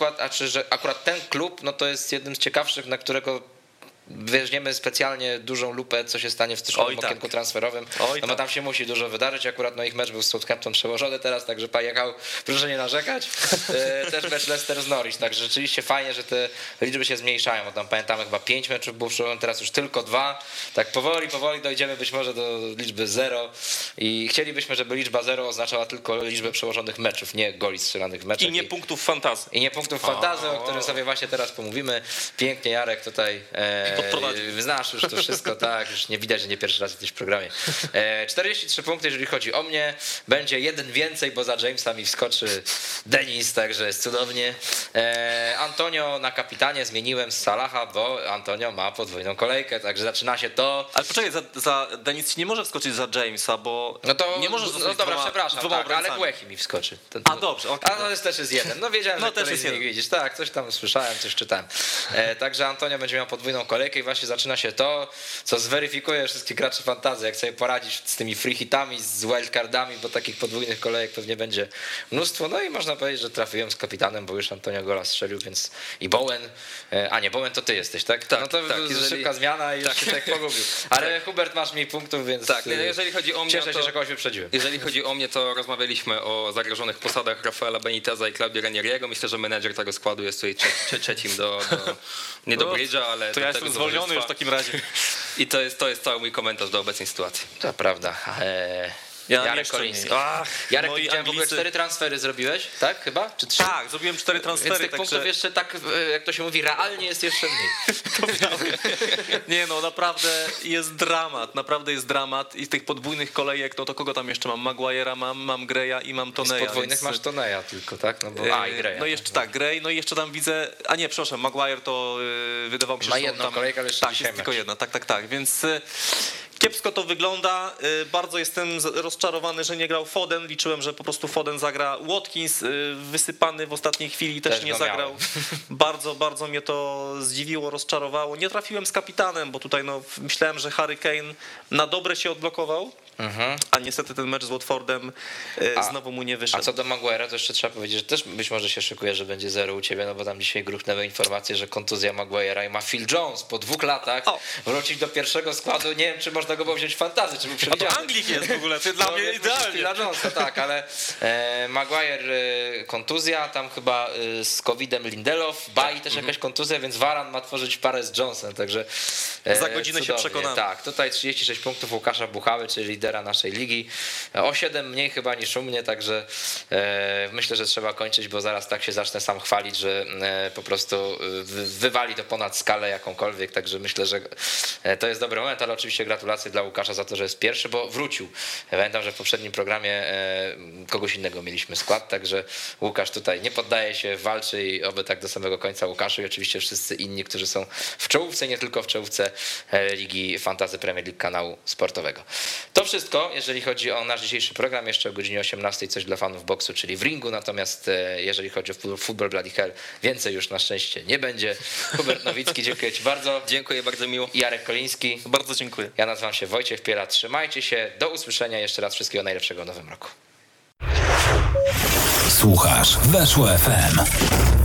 że akurat ten klub, no to jest jednym z ciekawszych, na którego weźmiemy specjalnie dużą lupę, co się stanie w styczniowym okienku transferowym, no bo tam się musi dużo wydarzyć. Akurat no ich mecz był z Southampton przełożony teraz, także pojechał, proszę nie narzekać. Też mecz Leicester z Norwich, także rzeczywiście fajnie, że te liczby się zmniejszają, bo tam pamiętamy chyba 5 meczów było przełożone, teraz już tylko 2. Tak powoli dojdziemy być może do liczby 0 i chcielibyśmy, żeby liczba 0 oznaczała tylko liczbę przełożonych meczów, nie goli strzelanych w meczach. I nie punktów fantasy. I nie punktów fantasy, o którym sobie właśnie teraz pomówimy. Pięknie Jarek tutaj znasz już to wszystko, tak, już nie widać, że nie pierwszy raz jesteś w programie. 43 punkty, jeżeli chodzi o mnie, będzie jeden więcej, bo za Jamesa mi wskoczy Denis, także jest cudownie. Antonio na kapitanie zmieniłem z Salaha, bo Antonio ma podwójną kolejkę, także zaczyna się to. Ale poczekaj, za Denis nie może wskoczyć za Jamesa, bo no to nie może zostać przepraszam, dwoma tak, ale Błechi mi wskoczy. Dobrze, okej. A to jest też jest jeden. No wiedziałem, że też jest jeden. Widzisz, tak, coś tam słyszałem, coś czytałem. Także Antonio będzie miał podwójną kolejkę i właśnie zaczyna się to, co zweryfikuje wszystkich graczy fantasy, jak sobie poradzisz z tymi free hitami, z wildcardami, bo takich podwójnych kolejek pewnie będzie mnóstwo. No i można powiedzieć, że trafiłem z kapitanem, bo już Antonio gola strzelił, więc i Bowen, Bowen to ty jesteś, tak? Tak, no to szybka zmiana i już się tak pogubił. Ale Hubert, masz mniej punktów, więc tak, jeżeli chodzi o mnie, cieszę się, że kogoś wyprzedziłem. Jeżeli chodzi o mnie, to rozmawialiśmy o zagrożonych posadach Rafaela Beniteza i Claudio Ranieriego. Myślę, że menedżer tego składu jest tutaj trzecim nie do Bridge'a, ale to ja jestem zwolniony już w takim razie. I to jest cały mój komentarz do obecnej sytuacji. To prawda. Jarek Koliński. Jarek, widziałem w ogóle 4 transfery zrobiłeś, tak chyba? Czy 3? Tak, zrobiłem 4 transfery. Więc tych punktów jeszcze tak, jak to się mówi, realnie jest jeszcze mniej. Nie no, naprawdę jest dramat i z tych podwójnych kolejek, no to kogo tam jeszcze mam? Maguire'a mam Greya i mam Toneya. Z podwójnych masz Toneya tylko, tak? No bo, i Greya. No jeszcze tak, Gray, no i jeszcze tam widzę, przepraszam, Maguire to wydawało mi się, ma że jedną tam, kolejkę, ale jeszcze tak, jest tylko jedna, tak, więc kiepsko to wygląda, bardzo jestem rozczarowany, że nie grał Foden, liczyłem, że po prostu Foden zagra. Watkins wysypany w ostatniej chwili też nie zagrał. Bardzo mnie to zdziwiło, rozczarowało. Nie trafiłem z kapitanem, bo tutaj myślałem, że Harry Kane na dobre się odblokował a niestety ten mecz z Watfordem znowu mu nie wyszedł. A co do Maguire'a, to jeszcze trzeba powiedzieć, że też być może się szykuje, że będzie 0 u ciebie, no bo tam dzisiaj gruchnęły informacje, że kontuzja Maguire'a i ma Phil Jones po 2 latach wrócić do pierwszego składu. Nie wiem, czy można go było wziąć w fantasy, czy był przewidziany. To Anglik jest w ogóle, to dla mnie idealnie. Phila Jonesa, tak, ale Maguire kontuzja, tam chyba z COVID-em Lindelof, Bailly też jakaś kontuzja, więc Varane ma tworzyć parę z Jonesem, także za godzinę cudownie. się przekonamy. Tak, tutaj 36 punktów Łukasza Buchały, czyli lidera naszej ligi. O 7 mniej chyba niż u mnie, także myślę, że trzeba kończyć, bo zaraz tak się zacznę sam chwalić, że po prostu wywali to ponad skalę jakąkolwiek, także myślę, że to jest dobry moment, ale oczywiście gratulacje dla Łukasza za to, że jest pierwszy, bo wrócił. Pamiętam, że w poprzednim programie kogoś innego mieliśmy skład, także Łukasz tutaj nie poddaje się, walczy i oby tak do samego końca Łukaszu i oczywiście wszyscy inni, którzy są w czołówce, nie tylko w czołówce Ligi Fantasy Premier League kanału sportowego. To wszystko, jeżeli chodzi o nasz dzisiejszy program. Jeszcze o godzinie 18 coś dla fanów boksu, czyli w ringu, natomiast jeżeli chodzi o Football Bloody Hell, więcej już na szczęście nie będzie. Hubert Nowicki, dziękuję ci bardzo. Dziękuję, bardzo miło. Jarek Koliński. Bardzo dziękuję. Ja nazywam się Wojciech Piela. Trzymajcie się. Do usłyszenia. Jeszcze raz wszystkiego najlepszego w nowym roku. Słuchasz Weszło FM.